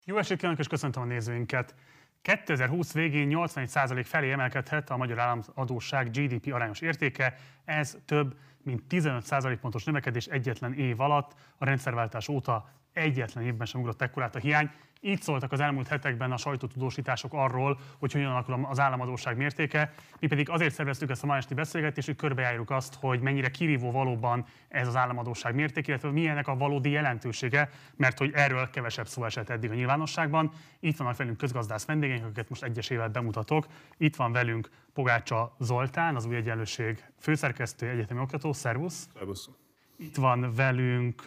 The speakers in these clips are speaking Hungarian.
Jó estét kívánok, és köszöntöm a nézőinket! 2020 végén 81% felé emelkedhet a magyar államadósság GDP arányos értéke, ez több mint 15% pontos növekedés egyetlen év alatt, a rendszerváltás óta egyetlen évben sem ugrott ekkorát a hiány. Így szóltak az elmúlt hetekben a sajtótudósítások arról, hogy hogyan alakul az államadósság mértéke. Mi pedig azért szerveztük ezt a ma esti beszélgetést, hogy körbejárjuk azt, hogy mennyire kirívó valóban ez az államadósság mérték, illetve milyenek a valódi jelentősége, mert hogy erről kevesebb szó esett eddig a nyilvánosságban. Itt vannak velünk közgazdász vendégeink, akiket most egyesével bemutatok. Itt van velünk Pogácsa Zoltán, az Új Egyenlőség főszerkesztő, egyetemi oktató. Szervusz! Szervusz! Itt van velünk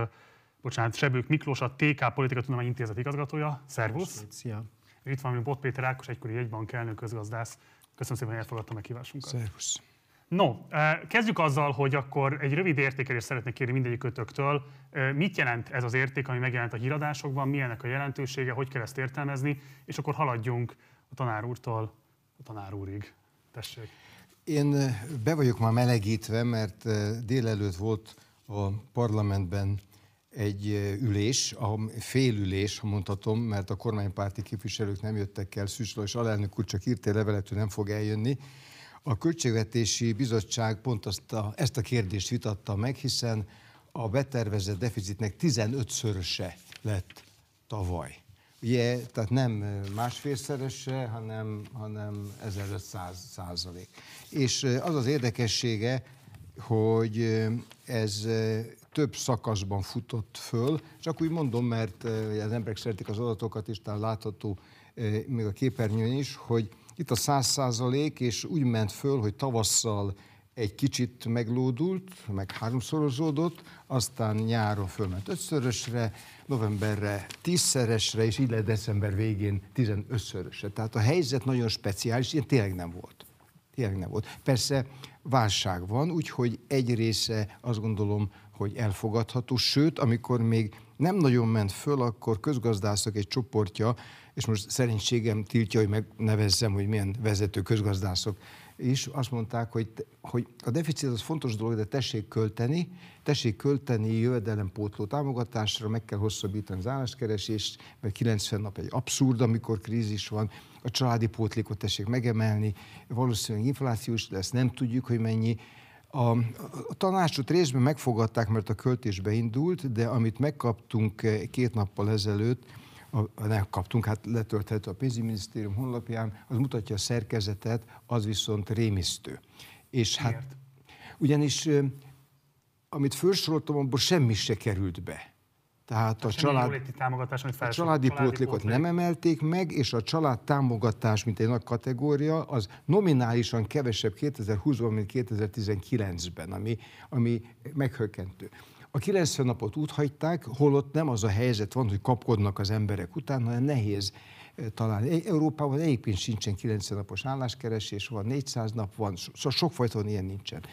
Sebők Miklós, a TK Politikatudományi Intézet igazgatója. Szervusz! Szia! Itt van velünk Bot Péter Ákos, egykori jegybank elnök, közgazdász. Köszönöm szépen, hogy elfogadta meghívásunkat. Szervusz! No, kezdjük azzal, hogy akkor egy rövid értékelést szeretnék kérni mindegyikötöktől. Mit jelent ez az érték, ami megjelent a híradásokban, milyennek a jelentősége, hogy kell ezt értelmezni, és akkor haladjunk a tanár úrtól a tanár úrig. Tessék! Én be vagyok már melegítve, mert délelőtt volt a parlamentben egy ülés, félülés, ha mondhatom, mert a kormánypárti képviselők nem jöttek el, Szűcs Lajos alelnök úr csak írt egy levelet, hogy nem fog eljönni. A Költségvetési Bizottság pont ezt a kérdést vitatta meg, hiszen a betervezett deficitnek 15-szöröse lett tavaly. Ugye, tehát nem másfélszerese, hanem 1500%. És az az érdekessége, hogy ez több szakaszban futott föl, csak úgy mondom, mert az emberek szeretik az adatokat, és talán látható még a képernyőn is, hogy itt a 100%, és úgy ment föl, hogy tavasszal egy kicsit meglódult, meg háromszorozódott, aztán nyáron fölment 5-szörösre, novemberre 10-szeresre, és így lett december végén 15-szörösre. Tehát a helyzet nagyon speciális, ilyen tényleg nem volt. Tényleg nem volt. Persze válság van, úgyhogy egy része azt gondolom, hogy elfogadható, sőt, amikor még nem nagyon ment föl, akkor közgazdászok egy csoportja, és most szerénységem tiltja, hogy megnevezzem, hogy milyen vezető közgazdászok is, azt mondták, hogy a deficit az fontos dolog, de tessék költeni jövedelempótló támogatásra, meg kell hosszabbítani az álláskeresést, mert 90 nap egy abszurd, amikor krízis van, a családi pótlékot tessék megemelni, valószínűleg inflációs, de ezt nem tudjuk, hogy mennyi. A tanácsot részben megfogadták, mert a költés beindult, de amit megkaptunk 2 nappal ezelőtt, nem kaptunk, hát letölthető a pénzügyminisztérium honlapján, az mutatja a szerkezetet, az viszont rémisztő. És hát, miért? Ugyanis, amit felsoroltam, abból semmi se került be. Tehát a családi pótlékot nem emelték meg, és a családtámogatás, mint egy nagy kategória, az nominálisan kevesebb 2020-ban, mint 2019-ben, ami meghökkentő. A 90 napot úgy hagyták, holott nem az a helyzet van, hogy kapkodnak az emberek után, hanem nehéz találni. Európában egyébként sincsen 90 napos álláskeresés, van 400 nap, van, sokfajta van, ilyen nincsen.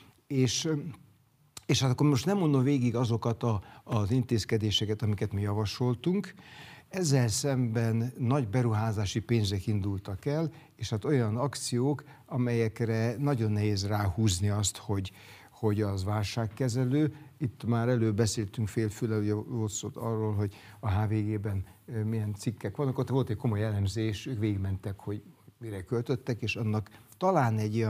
És hát akkor most nem mondom végig azokat az intézkedéseket, amiket mi javasoltunk. Ezzel szemben nagy beruházási pénzek indultak el, és hát olyan akciók, amelyekre nagyon nehéz ráhúzni azt, hogy az válságkezelő. Itt már előbb beszéltünk félfülel, ugye volt szó arról, hogy a HVG-ben milyen cikkek vannak. Ott volt egy komoly elemzés, ők végigmentek, hogy mire költöttek, és annak talán egy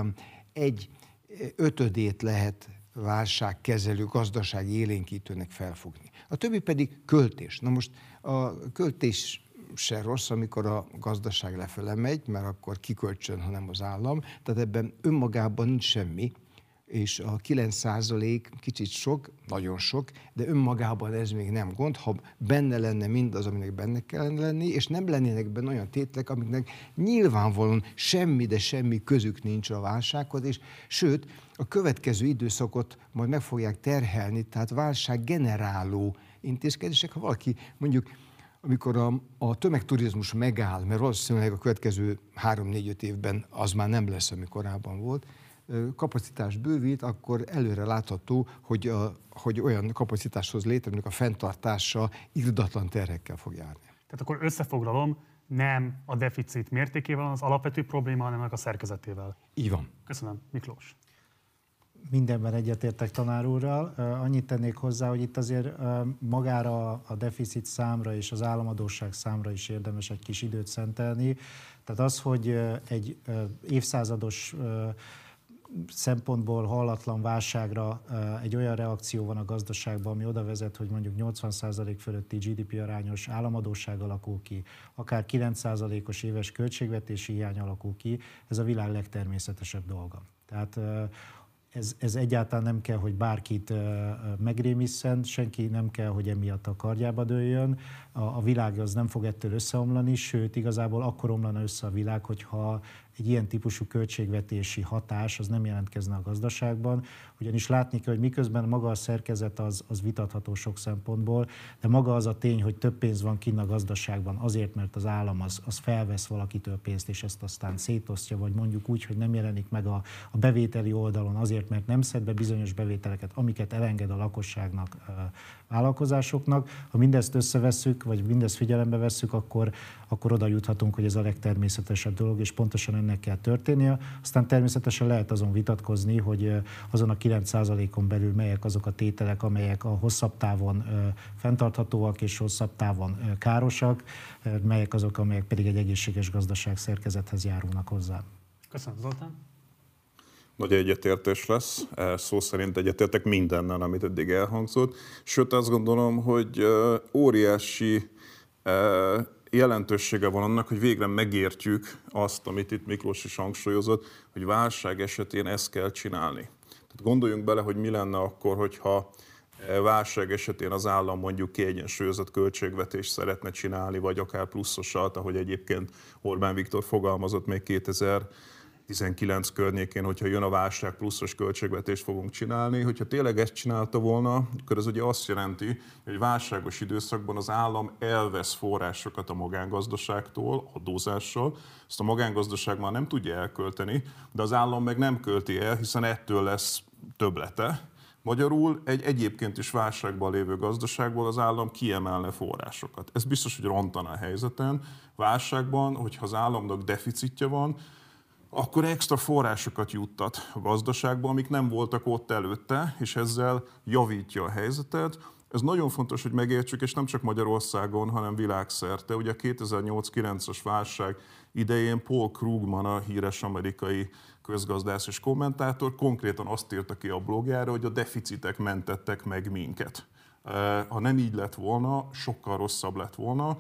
1/5 lehet válságkezelő, gazdasági élénkítőnek felfogni. A többi pedig költés. Na most a költés se rossz, amikor a gazdaság lefele megy, mert akkor kiköltsön, hanem az állam. Tehát ebben önmagában nincs semmi, és a 9% kicsit sok, nagyon sok, de önmagában ez még nem gond, ha benne lenne mindaz, aminek benne kellene lenni, és nem lennének benne olyan tételek, amiknek nyilvánvalóan semmi, de semmi közük nincs a válsághoz, és sőt, a következő időszakot majd meg fogják terhelni, tehát válsággeneráló intézkedések. Ha valaki mondjuk, amikor a tömegturizmus megáll, mert valószínűleg a következő 3-4-5 évben az már nem lesz, ami korábban volt, kapacitást bővít, akkor előre látható, hogy olyan kapacitáshoz létrejönnek a fenntartása irdatlan terhekkel fog járni. Tehát akkor összefoglalom, nem a deficit mértékével az alapvető probléma, hanem a szerkezetével. Így van. Köszönöm. Miklós. Mindenben egyetértek tanár úrral. Annyit tennék hozzá, hogy itt azért magára a deficit számra és az államadósság számra is érdemes egy kis időt szentelni. Tehát az, hogy egy évszázados szempontból hallatlan válságra egy olyan reakció van a gazdaságban, ami oda vezet, hogy mondjuk 80% fölötti GDP arányos államadósság alakul ki, akár 9%-os éves költségvetési hiány alakul ki, ez a világ legtermészetesebb dolga. Tehát ez egyáltalán nem kell, hogy bárkit megrémisszen, senki nem kell, hogy emiatt a kardjába dőljön. A világ az nem fog ettől összeomlani, sőt, igazából akkor omlana össze a világ, hogyha egy ilyen típusú költségvetési hatás az nem jelentkezne a gazdaságban, ugyanis látni kell, hogy miközben maga a szerkezet az vitatható sok szempontból, de maga az a tény, hogy több pénz van kinn a gazdaságban azért, mert az állam az felvesz valakitől pénzt, és ezt aztán szétosztja, vagy mondjuk úgy, hogy nem jelenik meg a bevételi oldalon azért, mert nem szed be bizonyos bevételeket, amiket elenged a lakosságnak, vállalkozásoknak. Ha mindezt összevesszük, vagy mindezt figyelembe vesszük, akkor oda juthatunk, hogy ez a legtermészetesebb dolog, és pontosan ennek kell történnie. Aztán természetesen lehet azon vitatkozni, hogy azon a 9%-on belül melyek azok a tételek, amelyek a hosszabb távon fenntarthatóak és hosszabb távon károsak, melyek azok, amelyek pedig egy egészséges gazdaság szerkezethez járulnak hozzá. Köszönöm, Zoltán. Nagy egyetértés lesz, szó szerint egyetértek mindennel, amit eddig elhangzott. Sőt, azt gondolom, hogy óriási jelentősége van annak, hogy végre megértjük azt, amit itt Miklós is hangsúlyozott, hogy válság esetén ezt kell csinálni. Tehát gondoljunk bele, hogy mi lenne akkor, hogyha válság esetén az állam mondjuk kiegyensúlyozott költségvetést szeretne csinálni, vagy akár pluszosat, ahogy egyébként Orbán Viktor fogalmazott még 2019 környékén, hogyha jön a válság, pluszos költségvetést fogunk csinálni. Hogyha tényleg ezt csinálta volna, akkor ez ugye azt jelenti, hogy válságos időszakban az állam elvesz forrásokat a magángazdaságtól, adózással. Ezt a magángazdaság már nem tudja elkölteni, de az állam meg nem költi el, hiszen ettől lesz többlete. Magyarul egy egyébként is válságban lévő gazdaságból az állam kiemelne forrásokat. Ez biztos, hogy rontana a helyzeten. Válságban, hogyha az államnak deficitje van, akkor extra forrásokat juttat a gazdaságba, amik nem voltak ott előtte, és ezzel javítja a helyzetet. Ez nagyon fontos, hogy megértsük, és nem csak Magyarországon, hanem világszerte. Ugye a 2008-9-as válság idején Paul Krugman, a híres amerikai közgazdász és kommentátor konkrétan azt írta ki a blogjára, hogy a deficitek mentettek meg minket. Ha nem így lett volna, sokkal rosszabb lett volna.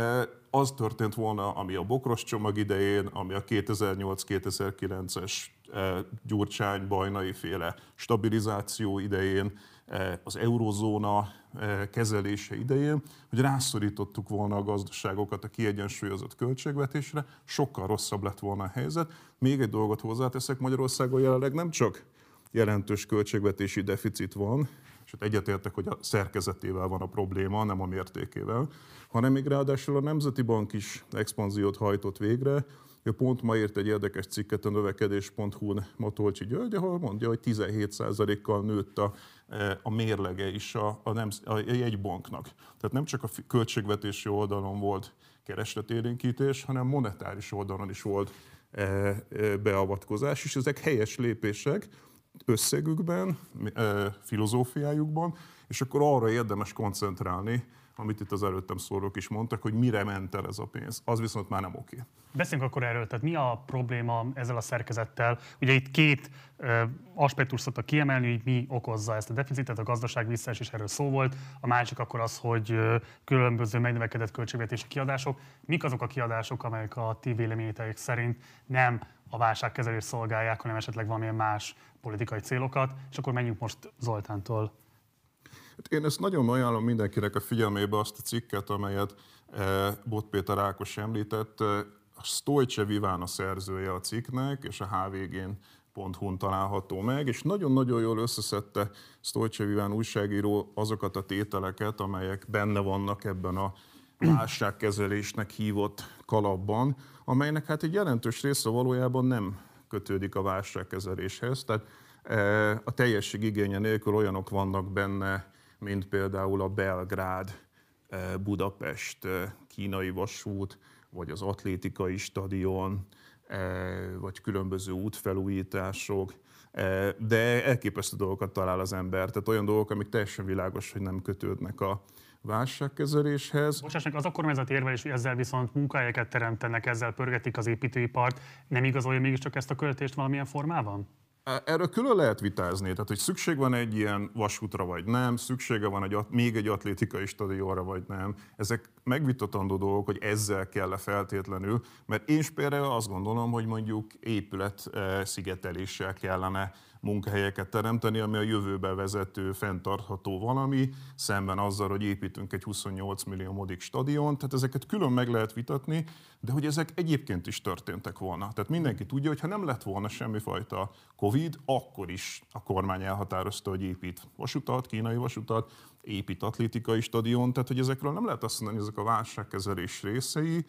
Az történt volna, ami a bokros csomag idején, ami a 2008-2009-es Gyurcsány-Bajnai féle stabilizáció idején, az eurozóna kezelése idején, hogy rászorítottuk volna a gazdaságokat a kiegyensúlyozott költségvetésre, sokkal rosszabb lett volna a helyzet. Még egy dolgot hozzáteszek, Magyarországon jelenleg nem csak jelentős költségvetési deficit van, és ott egyetértek, hogy a szerkezetével van a probléma, nem a mértékével, hanem még ráadásul a Nemzeti Bank is expanziót hajtott végre. Ő pont ma írt egy érdekes cikket a növekedés.hu-n Matolcsi György, ahol mondja, hogy 17%-kal nőtt a mérlege is a jegybanknak. Tehát nem csak a költségvetési oldalon volt keresletélénkítés, hanem monetáris oldalon is volt beavatkozás, és ezek helyes lépések összegükben, filozófiájukban, és akkor arra érdemes koncentrálni, amit itt az előttem szólók is mondtak, hogy mire ment el ez a pénz. Az viszont már nem oké. Beszéljünk akkor erről, tehát mi a probléma ezzel a szerkezettel? Ugye itt két aspektust szoktak kiemelni, hogy mi okozza ezt a deficitet, a gazdaság visszaesés, erről szó volt. A másik akkor az, hogy különböző megnövekedett költségvetési kiadások. Mik azok a kiadások, amelyek a ti véleményetek szerint nem a válságkezelést szolgálják, hanem esetleg valamilyen más politikai célokat? És akkor menjünk most Zoltántól. Én ezt nagyon ajánlom mindenkinek a figyelmébe, azt a cikket, amelyet Bot Péter Ákos említett. A Stoice Viván a szerzője a cikknek, és a hvg.hu-n található meg, és nagyon-nagyon jól összeszedte Stoice Viván újságíró azokat a tételeket, amelyek benne vannak ebben a válságkezelésnek hívott kalapban, amelynek hát egy jelentős része valójában nem kötődik a válságkezeléshez. Tehát a teljesség igénye nélkül olyanok vannak benne, mint például a Belgrád-Budapest kínai vasút, vagy az atlétikai stadion, vagy különböző útfelújítások, de elképesztő dolgokat talál az ember. Tehát olyan dolgok, amik teljesen világos, hogy nem kötődnek a válságkezeléshez. Bocsássak, az a kormányzati érvelés, hogy ezzel viszont munkahelyeket teremtenek, ezzel pörgetik az építőipart, nem igazolja mégiscsak ezt a költést valamilyen formában? Erről külön lehet vitázni, tehát hogy szükség van egy ilyen vasútra vagy nem, szüksége van még egy atlétikai stadionra vagy nem. Ezek megvitatandó dolgok, hogy ezzel kell feltétlenül, mert én például azt gondolom, hogy mondjuk épület szigeteléssel kellene munkahelyeket teremteni, ami a jövőbe vezető, fenntartható valami, szemben azzal, hogy építünk egy 28 millió modik stadiont, tehát ezeket külön meg lehet vitatni, de hogy ezek egyébként is történtek volna. Tehát mindenki tudja, hogy ha nem lett volna semmifajta Covid, akkor is a kormány elhatározta, hogy épít vasutat, kínai vasutat, épít atlétikai stadiont, tehát hogy ezekről nem lehet azt mondani, hogy ezek a válságkezelés részei.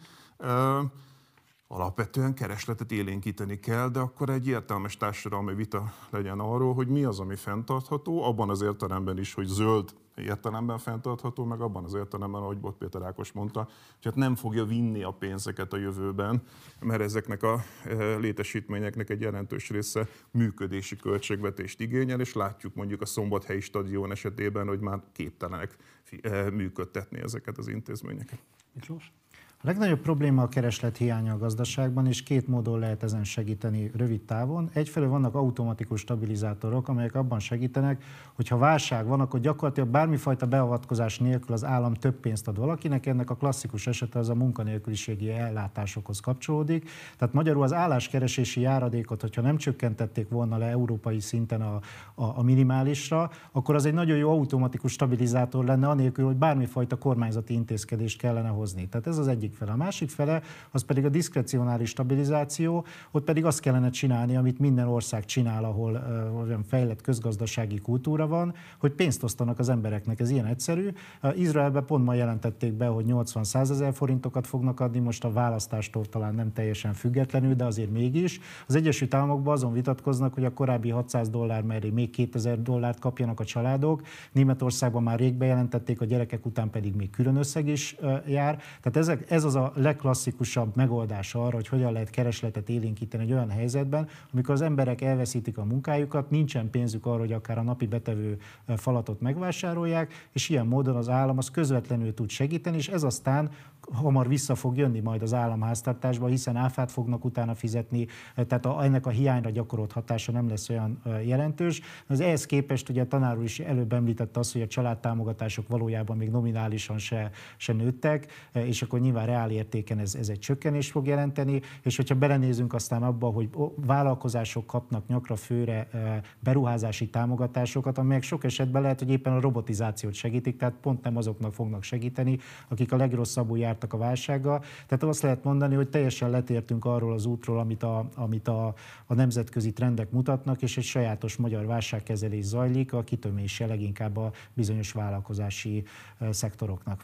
Alapvetően keresletet élénkíteni kell, de akkor egy értelmes társadalmi vita legyen arról, hogy mi az, ami fenntartható, abban az értelemben is, hogy zöld értelemben fenntartható, meg abban az értelemben, ahogy Bot Péter Ákos mondta, hogy hát nem fogja vinni a pénzeket a jövőben, mert ezeknek a létesítményeknek egy jelentős része működési költségvetést igényel, és látjuk mondjuk a Szombathelyi stadion esetében, hogy már képtelenek működtetni ezeket az intézményeket. Miklós? A legnagyobb probléma a kereslet hiánya a gazdaságban, és két módon lehet ezen segíteni rövid távon. Egyfelől vannak automatikus stabilizátorok, amelyek abban segítenek, hogy ha válság van, akkor gyakorlatilag bármifajta beavatkozás nélkül az állam több pénzt ad valakinek. Ennek a klasszikus esete az a munkanélküliségi ellátásokhoz kapcsolódik. Tehát magyarul az álláskeresési járadékot, hogyha nem csökkentették volna le európai szinten a minimálisra, akkor az egy nagyon jó automatikus stabilizátor lenne, anélkül, hogy bármifajta kormányzati intézkedést kellene hozni. Tehát ez az egyik fele. A másik fele az pedig a diszkrecionális stabilizáció, ott pedig azt kellene csinálni, amit minden ország csinál, ahol olyan fejlett közgazdasági kultúra van, hogy pénzt osztanak az embereknek. Ez ilyen egyszerű. Izraelben pont ma jelentették be, hogy 80-100 ezer forintokat fognak adni, most a választástól talán nem teljesen függetlenül, de azért mégis. Az Egyesült Államokban azon vitatkoznak, hogy a korábbi $600 mellé még $2000 kapjanak a családok. Németországban már rég bejelentették, a gyerekek után pedig még külön összeg is jár. Tehát ez az a legklasszikusabb megoldás arra, hogy hogyan lehet keresletet élénkíteni egy olyan helyzetben, amikor az emberek elveszítik a munkájukat, nincsen pénzük arra, hogy akár a napi betevő falatot megvásárolják, és ilyen módon az állam az közvetlenül tud segíteni, és ez aztán hamar vissza fog jönni majd az államháztartásba, hiszen áfát fognak utána fizetni, tehát ennek a hiányra gyakorolt hatása nem lesz olyan jelentős. Az ehhez képest ugye a tanár úr is előbb említette azt, hogy a családtámogatások valójában még nominálisan se nőttek, és akkor nyilván reál értéken ez egy csökkenést fog jelenteni, és hogyha belenézünk aztán abba, hogy vállalkozások kapnak nyakra főre beruházási támogatásokat, amelyek sok esetben lehet, hogy éppen a robotizációt segítik, tehát pont nem azoknak fognak segíteni, akik a legrosszabbul jártak a válsággal. Tehát azt lehet mondani, hogy teljesen letértünk arról az útról, amit a nemzetközi trendek mutatnak, és egy sajátos magyar válságkezelés zajlik, a kitömése leginkább a bizonyos vállalkozási szektoroknak.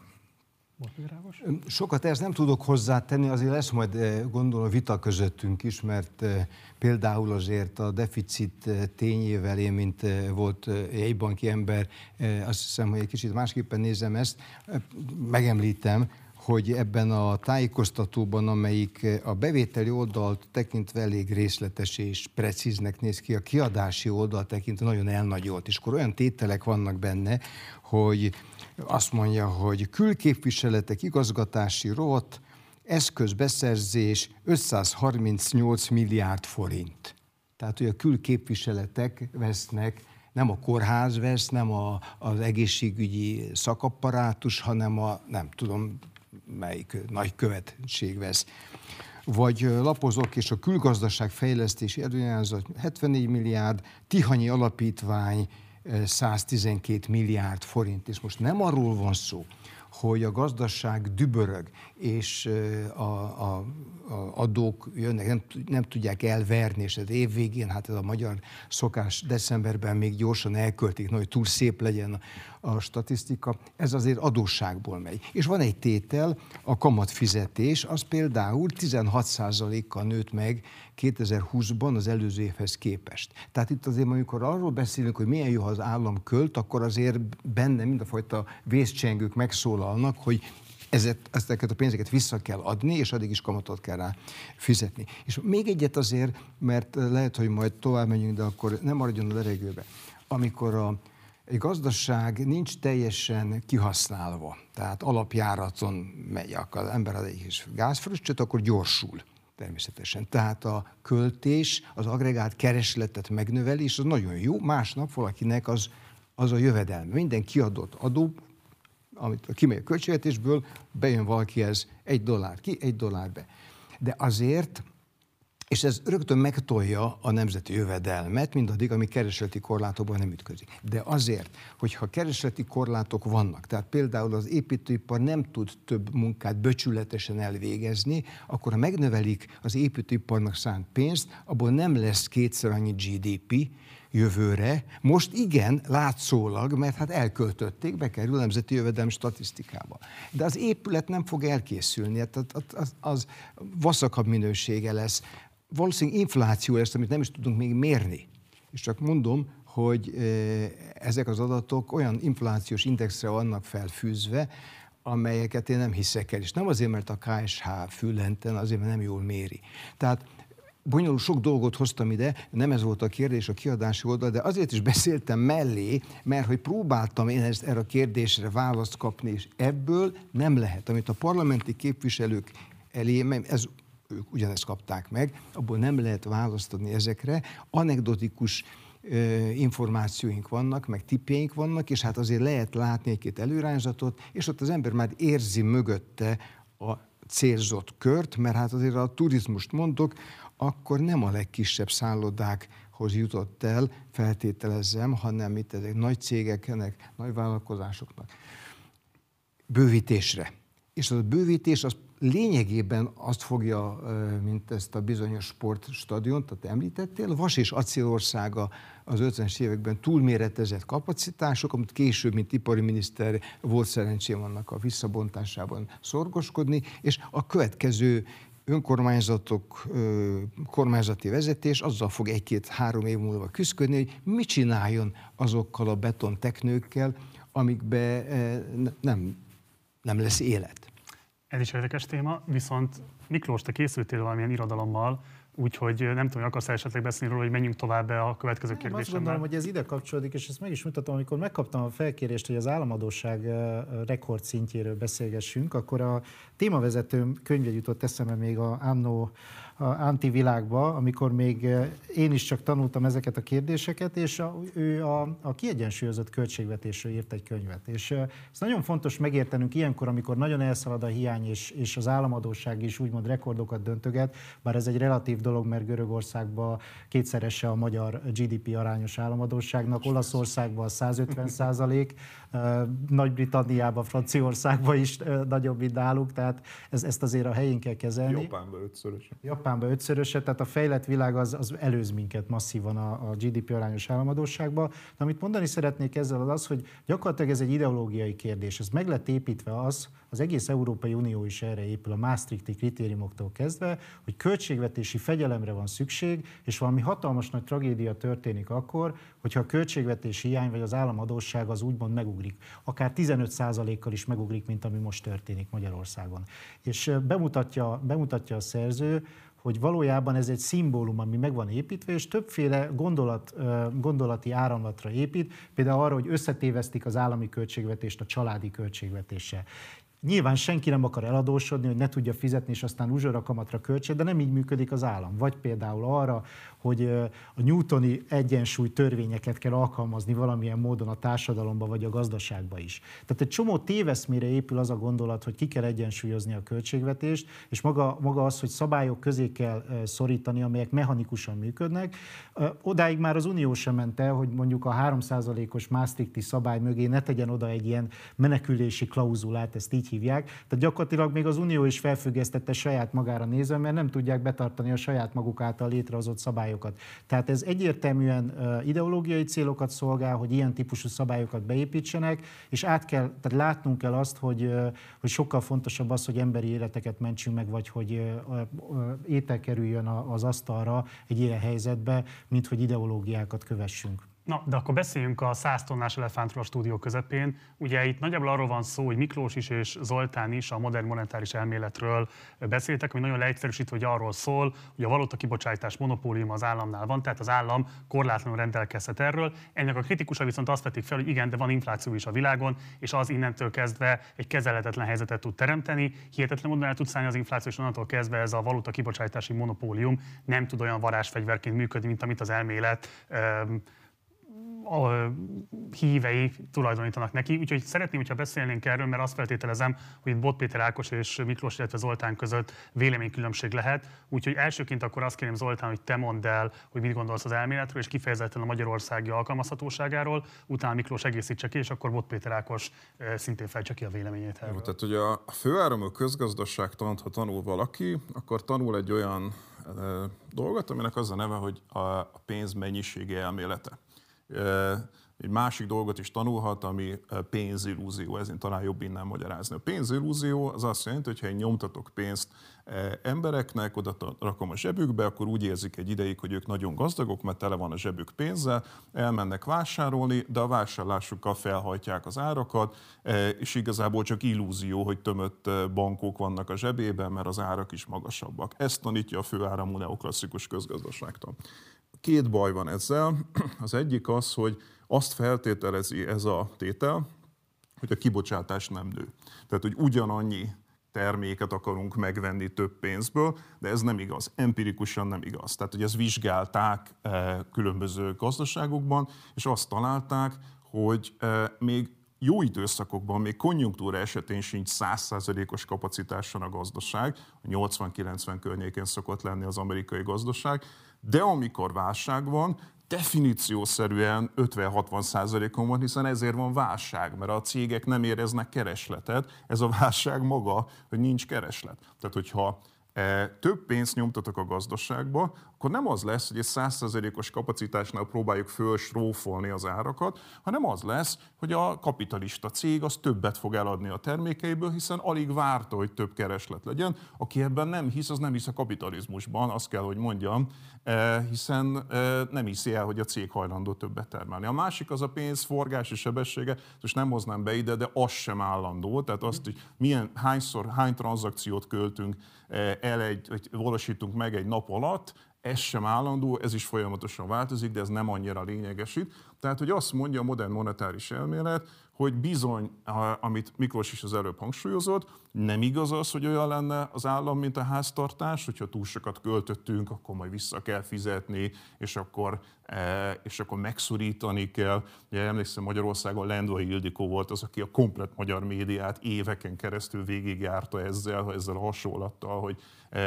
Sokat ezt nem tudok hozzátenni, azért lesz majd gondolom vita közöttünk is, mert például azért a deficit tényével én, mint volt jegybanki ember, azt hiszem, hogy egy kicsit másképpen nézem ezt, megemlítem, hogy ebben a tájékoztatóban, amelyik a bevételi oldalt tekintve elég részletes és precíznek néz ki, a kiadási oldalt tekintve nagyon elnagyolt, és akkor olyan tételek vannak benne, hogy azt mondja, hogy külképviseletek, igazgatási rovat, eszközbeszerzés 538 milliárd forint. Tehát, hogy a külképviseletek vesznek, nem a kórház vesz, nem az egészségügyi szakapparátus, hanem a nem tudom melyik nagykövetség vesz. Vagy lapozok, és a külgazdaság fejlesztési előirányzat 74 milliárd, Tihanyi Alapítvány 112 milliárd forint. És most nem arról van szó, hogy a gazdaság dübörög, és a adók jönnek, nem tudják elverni, és az év végén, hát ez a magyar szokás, decemberben még gyorsan elköltik, hogy túl szép legyen a statisztika, ez azért adósságból megy. És van egy tétel, a kamatfizetés, az például 16%-kal nőtt meg 2020-ban az előző évhez képest. Tehát itt azért, amikor arról beszélünk, hogy milyen jó, ha az állam költ, akkor azért benne mindafajta vészcsengők megszólalnak, hogy ezeket a pénzeket vissza kell adni, és addig is kamatot kell rá fizetni. És még egyet azért, mert lehet, hogy majd tovább megyünk, de akkor nem maradjon a levegőbe. Amikor egy gazdaság nincs teljesen kihasználva, tehát alapjáraton megy, akkor az ember ad egy gázfröccsöt, akkor gyorsul természetesen. Tehát a költés, az agregált keresletet megnöveli, és az nagyon jó. Másnap valakinek az a jövedelme. Minden kiadott adó, amit kimegy a költségvetésből, bejön valakihez $1 ki, $1 be. De azért, és ez rögtön megtolja a nemzeti jövedelmet, mindaddig, ami keresleti korlátokban nem ütközik. De azért, hogyha keresleti korlátok vannak, tehát például az építőipar nem tud több munkát becsületesen elvégezni, akkor ha megnövelik az építőiparnak szánt pénzt, abból nem lesz kétszer annyi GDP jövőre. Most igen, látszólag, mert hát elköltötték, bekerül a nemzeti jövedelem statisztikába. De az épület nem fog elkészülni, az vaszakabb minősége lesz. Valószínűleg infláció lesz, amit nem is tudunk még mérni. És csak mondom, hogy ezek az adatok olyan inflációs indexre vannak felfűzve, amelyeket én nem hiszek el. És nem azért, mert a KSH füllenten, azért, mert nem jól méri. Tehát bonyolult sok dolgot hoztam ide, nem ez volt a kérdés a kiadási oldal, de azért is beszéltem mellé, mert hogy próbáltam én erre a kérdésre választ kapni, és ebből nem lehet. Amit a parlamenti képviselők elé, ők ugyanezt kapták meg, abból nem lehet választ adni ezekre. Anekdotikus információink vannak, meg tippjeink vannak, és hát azért lehet látni egy-két előrányzatot, és ott az ember már érzi mögötte a célzott kört, mert hát azért a turizmust mondok, akkor nem a legkisebb szállodákhoz jutott el, feltételezzem, hanem itt ezek nagy cégeknek, nagy vállalkozásoknak bővítésre. És az a bővítés az lényegében azt fogja, mint ezt a bizonyos sportstadiont, tehát említettél, Vas és Acélországa az 50-es években túlméretezett kapacitások, amit később, mint ipari miniszter volt szerencsém annak a visszabontásában szorgoskodni, és a következő önkormányzatok, kormányzati vezetés azzal fog 1-2-3 év múlva küzdködni, hogy mit csináljon azokkal a betonteknőkkel, amikbe nem lesz élet. Ez is érdekes téma, viszont Miklós, te készültél valamilyen irodalommal, úgyhogy nem tudom, hogy akarsz esetleg beszélni róla, hogy menjünk tovább be a következő kérdésemmel. Azt gondolom, hogy ez ide kapcsolódik, és ezt meg is mutatom, amikor megkaptam a felkérést, hogy az államadósság rekordszintjéről beszélgessünk, akkor a témavezetőm könyve jutott eszembe még annó antivilágba, amikor még én is csak tanultam ezeket a kérdéseket, és ő a kiegyensúlyozott költségvetésről írt egy könyvet. És ez nagyon fontos megértenünk ilyenkor, amikor nagyon elszalad a hiány, és az államadósság is úgymond rekordokat döntöget, bár ez egy relatív dolog, mert Görögországban kétszerese a magyar GDP arányos államadósságnak, Olaszországban 150%, Nagy-Britanniában, Franciaországban is nagyobb, mint náluk, tehát ezt azért a helyén kell kezelni. Japánban 5-szöröse, tehát a fejlett világ az előz minket masszívan a GDP arányos államadósságba. De amit mondani szeretnék ezzel az, hogy gyakorlatilag ez egy ideológiai kérdés. Ez meg lett építve az egész Európai Unió is erre épül, a Maastrichti kritériumoktól kezdve, hogy költségvetési fegyelemre van szükség, és valami hatalmas nagy tragédia történik akkor, hogyha a költségvetési hiány vagy az államadósság az úgymond megugrik. Akár 15%-kal is megugrik, mint ami most történik Magyarországon. És bemutatja a szerző, hogy valójában ez egy szimbólum, ami meg van építve, és többféle gondolati áramlatra épít, például arra, hogy összetévesztik az állami költségvetést a családi költségvetéssel. Nyilván senki nem akar eladósodni, hogy ne tudja fizetni, és aztán uzsora kamatra költse, de nem így működik az állam. Vagy például arra, hogy a newtoni egyensúly törvényeket kell alkalmazni valamilyen módon a társadalomba vagy a gazdaságba is. Tehát egy csomó téveszmére épül az a gondolat, hogy ki kell egyensúlyozni a költségvetést, és maga az, hogy szabályok közé kell szorítani, amelyek mechanikusan működnek. Odáig már az Unió sem ment el, hogy mondjuk a 3%-os Maastrichti szabály mögé ne tegyen oda egy ilyen menekülési klauzulát, ezt így hívják. Tehát gyakorlatilag még az Unió is felfüggesztette saját magára nézve, mert nem tudják betartani a saját maguk által létrehozott szabályokat. Tehát ez egyértelműen ideológiai célokat szolgál, hogy ilyen típusú szabályokat beépítsenek, és tehát látnunk kell azt, hogy sokkal fontosabb az, hogy emberi életeket mentsünk meg, vagy hogy étel kerüljön az asztalra egy ilyen helyzetbe, mint hogy ideológiákat kövessünk. Na, de akkor beszéljünk a 100 tonnás elefántról a stúdió közepén. Ugye itt nagyjából arról van szó, hogy Miklós is és Zoltán is a modern monetáris elméletről beszéltek, ami nagyon leegyszerűsítve, hogy arról szól, hogy a valuta kibocsátás monopóliuma az államnál van, tehát az állam korlátlanul rendelkezhet erről. Ennek a kritikusai viszont azt vetik fel, hogy igen, de van infláció is a világon, és az innentől kezdve egy kezelhetetlen helyzetet tud teremteni. Hihetetlen módon el tud szállni az infláció, és onnantól kezdve ez a valuta kibocsátási monopólium nem tud olyan varázsfegyverként működni, mint amit az elmélet a hívei tulajdonítanak neki. Úgyhogy szeretném, hogyha beszélnénk erről, mert azt feltételezem, hogy itt Bot Péter Ákos és Miklós, illetve Zoltán között véleménykülönbség lehet. Úgyhogy elsőként akkor azt kérem, Zoltán, hogy te mondd el, hogy mit gondolsz az elméletről, és kifejezetten a magyarországi alkalmazhatóságáról, utána Miklós egészítse ki, és akkor Bot Péter Ákos szintén fejtse ki a véleményét erről. Jó, tehát ugye a főáramú közgazdaságtant, ha tanul valaki, akkor tanul egy olyan dolgot, aminek az a neve, hogy a pénz mennyiségi elmélete. Egy másik dolgot is tanulhat, ami pénzillúzió, ezért talán jobb innen magyarázni. A pénzillúzió az azt jelenti, hogy ha én nyomtatok pénzt embereknek, oda rakom a zsebükbe, akkor úgy érzik egy ideig, hogy ők nagyon gazdagok, mert tele van a zsebük pénzzel, elmennek vásárolni, de a vásárlásukkal felhajtják az árakat, és igazából csak illúzió, hogy tömött bankok vannak a zsebében, mert az árak is magasabbak. Ezt tanítja a főáramú neoklasszikus közgazdaságtan. Két baj van ezzel. Az egyik az, hogy azt feltételezi ez a tétel, hogy a kibocsátás nem nő. Tehát, hogy ugyanannyi terméket akarunk megvenni több pénzből, de ez nem igaz. Empirikusan nem igaz. Tehát, hogy ezt vizsgálták különböző gazdaságokban, és azt találták, hogy még jó időszakokban, még konjunktúra esetén sincs 100%-os kapacitáson a gazdaság, 80-90 környékén szokott lenni az amerikai gazdaság, de amikor válság van, definíciószerűen 50-60%-on van, hiszen ezért van válság, mert a cégek nem éreznek keresletet, ez a válság maga, hogy nincs kereslet. Tehát, hogyha több pénzt nyomtatok a gazdaságba, akkor nem az lesz, hogy egy 100%-os kapacitásnál próbáljuk fölsrófolni az árakat, hanem az lesz, hogy a kapitalista cég az többet fog eladni a termékeiből, hiszen alig várta, hogy több kereslet legyen. Aki ebben nem hisz, az nem hisz a kapitalizmusban, azt kell, hogy mondjam, hiszen nem hiszi el, hogy a cég hajlandó többet termelni. A másik az a pénz forgási sebessége, most nem hoznám be ide, de az sem állandó, tehát azt, hogy hány tranzakciót költünk vagy valósítunk meg egy nap alatt, ez sem állandó, ez is folyamatosan változik, de ez nem annyira lényeges itt. Tehát, hogy azt mondja a modern monetáris elmélet, hogy bizony, amit Miklós is az előbb hangsúlyozott, nem igaz az, hogy olyan lenne az állam, mint a háztartás, hogyha túl sokat költöttünk, akkor majd vissza kell fizetni, és akkor megszorítani kell. Ugye emlékszem, Magyarországon Lendvai Ildikó volt az, aki a komplett magyar médiát éveken keresztül végigjárta ezzel a hasonlattal, hogy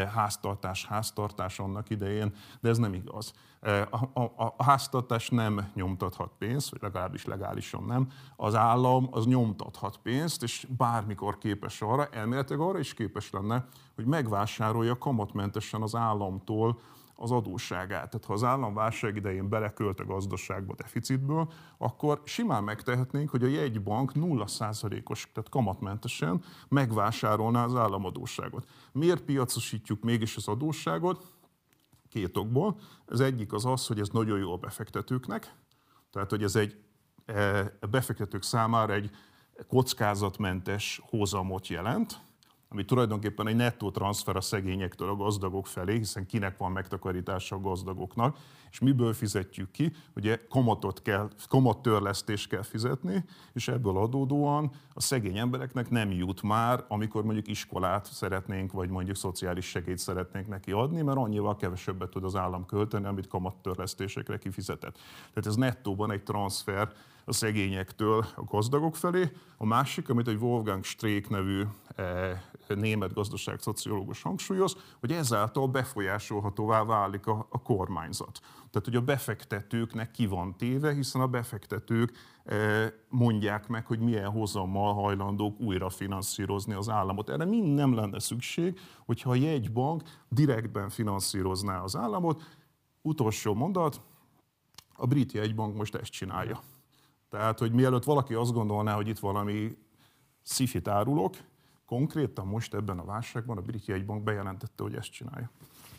háztartás annak idején, de ez nem igaz. A háztartás nem nyomtathat pénzt, vagy legalábbis legálisan nem. Az állam az nyomtathat pénzt, és bármikor képes arra, elméletileg arra is képes lenne, hogy megvásárolja kamatmentesen az államtól az adósságát. Tehát ha az állam válság idején belekölt a gazdaságba deficitből, akkor simán megtehetnénk, hogy a jegybank 0%-os, tehát kamatmentesen megvásárolná az államadósságot. Miért piacosítjuk mégis az adósságot? Két okból. Az egyik az, hogy ez nagyon jó a befektetőknek, tehát hogy ez a befektetők számára egy kockázatmentes hozamot jelent, ami tulajdonképpen egy nettó transfer a szegényektől a gazdagok felé, hiszen kinek van megtakarítása a gazdagoknak, és miből fizetjük ki? Ugye kamattörlesztést kell fizetni, és ebből adódóan a szegény embereknek nem jut már, amikor mondjuk iskolát szeretnénk, vagy mondjuk szociális segélyt szeretnénk neki adni, mert annyival kevesebbet tud az állam költeni, amit kamattörlesztésekre kifizetett. Tehát ez nettóban egy transfer a szegényektől a gazdagok felé. A másik, amit egy Wolfgang Streeck nevű német gazdaságszociológus hangsúlyoz, hogy ezáltal befolyásolhatóvá válik a kormányzat. Tehát, hogy a befektetőknek ki van téve, hiszen a befektetők mondják meg, hogy milyen hozammal hajlandók újra finanszírozni az államot. Erre mind nem lenne szükség, hogyha a jegybank direktben finanszírozná az államot. Utolsó mondat, a brit jegybank most ezt csinálja. Tehát, hogy mielőtt valaki azt gondolná, hogy itt valami szifit árulok, konkrétan most ebben a válságban a brit jegybank bejelentette, hogy ezt csinálja.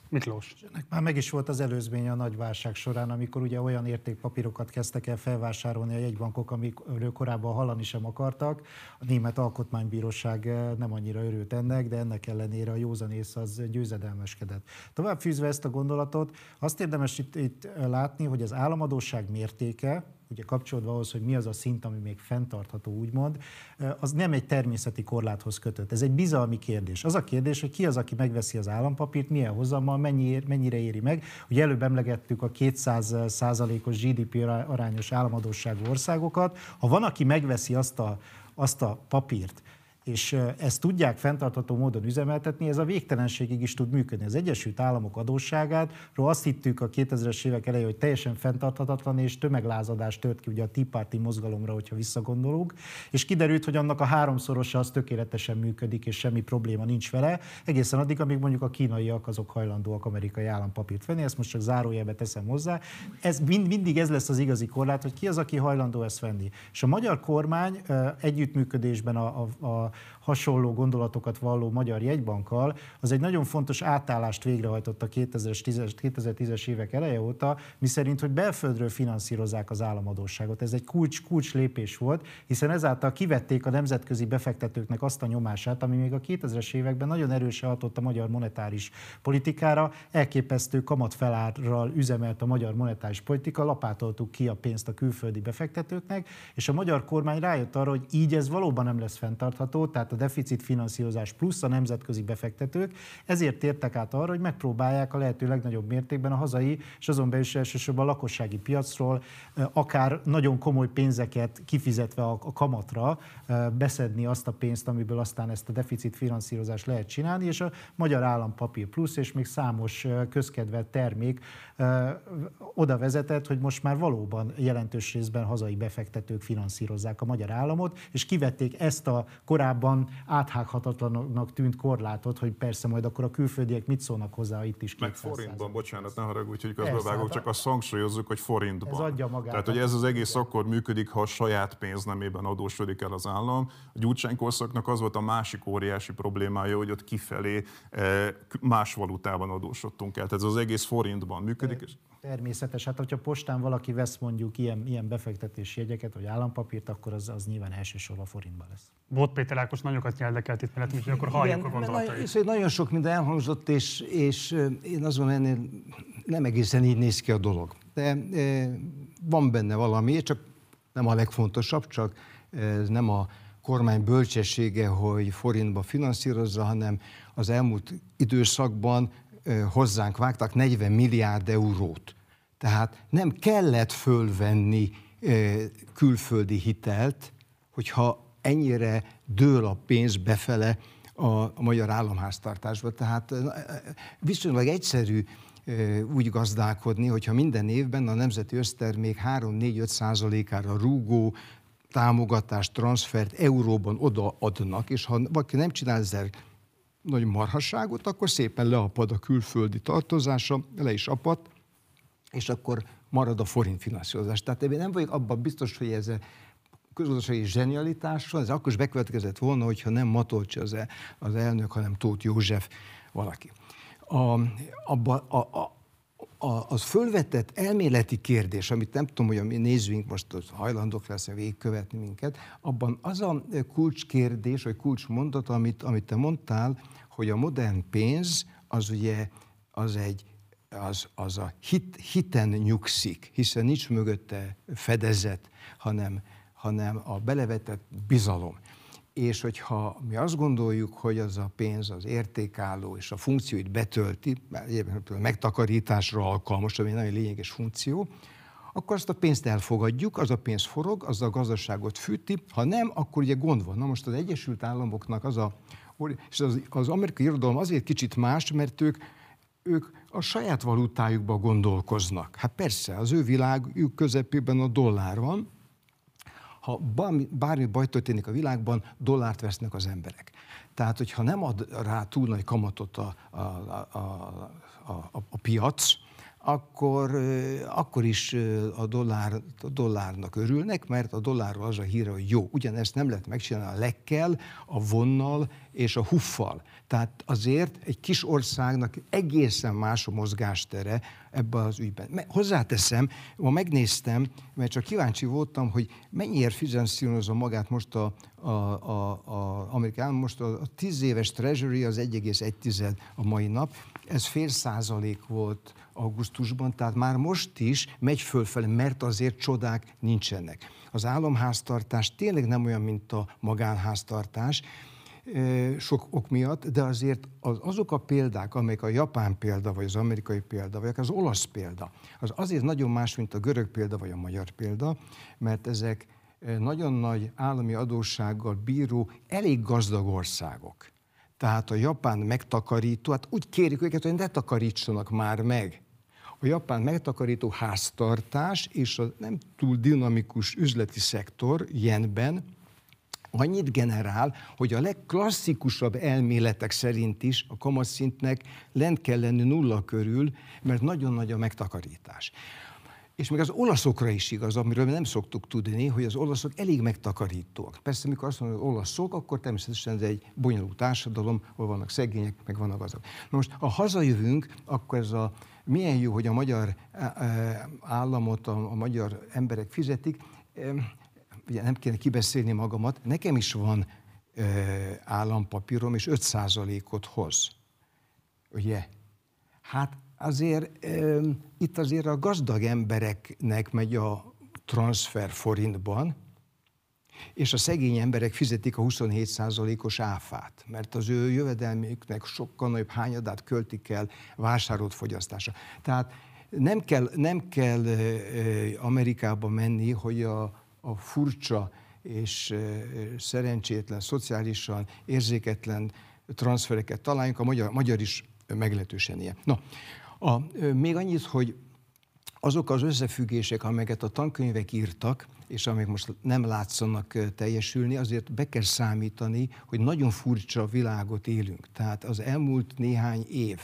Miklós. Ennek már meg is volt az előzménye a nagy válság során, amikor ugye olyan értékpapírokat kezdtek el felvásárolni a jegybankok, amikről korábban hallani sem akartak. A Német Alkotmánybíróság nem annyira örült ennek, de ennek ellenére a józanész az győzedelmeskedett. Tovább fűzve ezt a gondolatot, azt érdemes itt látni, hogy az államadósság mértéke, ugye kapcsolódva ahhoz, hogy mi az a szint, ami még fenntartható, úgymond, az nem egy természeti korláthoz kötött. Ez egy bizalmi kérdés. Az a kérdés, hogy ki az, aki megveszi az állampapírt, milyen hozammal, mennyire éri meg. Ugye előbb emlegettük a 200%-os GDP arányos államadósságú országokat. Ha van, aki megveszi azt a papírt, és ezt tudják fenntartható módon üzemeltetni, ez a végtelenségig is tud működni. Az Egyesült Államok adósságátról azt hittük a 2000-es évek elején, hogy teljesen fenntarthatatlan, és tömeglázadás tört ki ugye a Tea Party mozgalomra, hogyha visszagondolunk, és kiderült, hogy annak a 3-szorosa az tökéletesen működik, és semmi probléma nincs vele, egészen addig, amíg mondjuk a kínaiak azok hajlandóak amerikai állampapírt venni, ezt most csak zárójelbe teszem hozzá. Mindig ez lesz az igazi korlát, hogy ki az, aki hajlandó ezt venni. És a magyar kormány együttműködésben a hasonló gondolatokat valló Magyar Jegybankkal, az egy nagyon fontos átállást végrehajtott a 2010-es évek eleje óta, miszerint, hogy belföldről finanszírozzák az államadósságot. Ez egy kulcs lépés volt, hiszen ezáltal kivették a nemzetközi befektetőknek azt a nyomását, ami még a 2000-es években nagyon erősen hatott a magyar monetáris politikára, elképesztő kamatfelárral üzemelt a magyar monetáris politika, lapátoltuk ki a pénzt a külföldi befektetőknek, és a magyar kormány rájött arra, hogy így ez valóban nem lesz fenntartható, tehát a deficit finanszírozás plusz a nemzetközi befektetők, ezért tértek át arra, hogy megpróbálják a lehető legnagyobb mértékben a hazai, és azon belül is elsősorban a lakossági piacról akár nagyon komoly pénzeket kifizetve a kamatra beszedni azt a pénzt, amiből aztán ezt a deficit finanszírozást lehet csinálni, és a Magyar Állampapír Plusz és még számos közkedvelt termék oda vezetett, hogy most már valóban jelentős részben hazai befektetők finanszírozzák a magyar államot, és kivették ezt a korábban áthághatatlannak tűnt korlátot, hogy persze majd akkor a külföldiek mit szólnak hozzá, itt is 200%. Meg forintban, bocsánat, ne haragudj, hogy közbevágok, csak azt hangsúlyozzuk, hogy forintban. Ez adja magát. Tehát, hogy ez az egész akkor működik, ha a saját pénznemében adósodik el az állam. A Gyurcsány korszaknak az volt a másik óriási problémája, hogy ott kifelé más valutában adósodtunk el. Tehát ez az egész forintban működik. Természetes, hát hogyha postán valaki vesz mondjuk ilyen befektetési jegyeket, vagy állampapírt, akkor az nyilván elsősorban forintban lesz. Bót Péter Ákos nagyon érdekelt itt mellett, úgyhogy akkor halljuk a gondolatait. Nagyon sok minden elhangzott, és én azt mondom, ennél nem egészen így néz ki a dolog. De van benne valami, csak nem a legfontosabb, csak ez nem a kormány bölcsessége, hogy forintba finanszírozza, hanem az elmúlt időszakban hozzánk vágtak 40 milliárd eurót. Tehát nem kellett fölvenni külföldi hitelt, hogyha ennyire dől a pénz befele a magyar államháztartásba. Tehát viszonylag egyszerű úgy gazdálkodni, hogyha minden évben a nemzeti össztermék 3-4-5%-ára rúgó támogatást, transfert euróban odaadnak, és ha valaki nem csinál ezzel nagy marhasságot, akkor szépen leapad a külföldi tartozása, le is apadt, és akkor marad a forint finanszírozás. Tehát én nem vagyok abban biztos, hogy ez közgazdasági zsenialitás van, ez akkor is bekövetkezett volna, hogyha nem Matolcsi az elnök, hanem Tóth József valaki. Az fölvetett elméleti kérdés, amit nem tudom, hogy a mi nézőink most hajlandók lesznek végigkövetni minket, abban az a kulcskérdés, vagy kulcsmondat, amit te mondtál, hogy a modern pénz az ugye az a hiten nyugszik, hiszen nincs mögötte fedezet, hanem a belevetett bizalom. És hogyha mi azt gondoljuk, hogy az a pénz az értékálló és a funkcióit betölti, a megtakarításra alkalmas, ami nagyon lényeges funkció, akkor azt a pénzt elfogadjuk, az a pénz forog, az a gazdaságot fűti, ha nem, akkor ugye gond van. Na most az Egyesült Államoknak és az amerikai irodalom azért kicsit más, mert ők a saját valutájukba gondolkoznak. Hát persze, az ő világjuk közepében a dollár van, ha bármi baj történik a világban, dollárt vesznek az emberek. Tehát, hogyha nem ad rá túl nagy kamatot a piac, akkor is a dollárnak örülnek, mert a dollárról az a híre, hogy jó, ugyanezt nem lehet megcsinálni a lekkel, a vonnal és a huffal. Tehát azért egy kis országnak egészen más a mozgástere ebben az ügyben. Hozzáteszem, ma megnéztem, mert csak kíváncsi voltam, hogy mennyiért finanszírozza magát most az amerikai állam. Most a 10 éves Treasury az 1,1 a mai nap, ez 0,5% volt augusztusban, tehát már most is megy fölfelé, mert azért csodák nincsenek. Az államháztartás tényleg nem olyan, mint a magánháztartás, sok ok miatt, de azért azok a példák, amelyek a japán példa, vagy az amerikai példa, vagy az olasz példa, az azért nagyon más, mint a görög példa, vagy a magyar példa, mert ezek nagyon nagy állami adóssággal bíró, elég gazdag országok. Tehát a japán megtakarító, hát úgy kérik őket, hogy ne takarítsanak már meg. A japán megtakarító háztartás és a nem túl dinamikus üzleti szektor jenben annyit generál, hogy a legklasszikusabb elméletek szerint is a kamatszintnek lent kell lenni 0 körül, mert nagyon nagy a megtakarítás. És még az olaszokra is igaz, amiről nem szoktuk tudni, hogy az olaszok elég megtakarítóak. Persze, amikor azt mondom, hogy olaszok, akkor természetesen ez egy bonyolult társadalom, ahol vannak szegények, meg vannak gazdagok. Most, ha hazajövünk, akkor ez milyen jó, hogy a magyar államot a magyar emberek fizetik. Ugye nem kéne kibeszélni magamat, nekem is van állampapírom, és 5%-ot hoz. Ugye? Hát azért itt azért a gazdag embereknek megy a transfer forintban, és a szegény emberek fizetik a 27%-os áfát, mert az ő jövedelmüknek sokkal nagyobb hányadát költik el vásárolt fogyasztásra. Tehát nem kell Amerikába menni, hogy a furcsa és szerencsétlen, szociálisan érzéketlen transfereket találjunk, a magyar is meglehetősen ilyen. Na, még annyit, hogy azok az összefüggések, amelyeket a tankönyvek írtak, és amelyek most nem látszanak teljesülni, azért be kell számítani, hogy nagyon furcsa világot élünk. Tehát az elmúlt néhány év,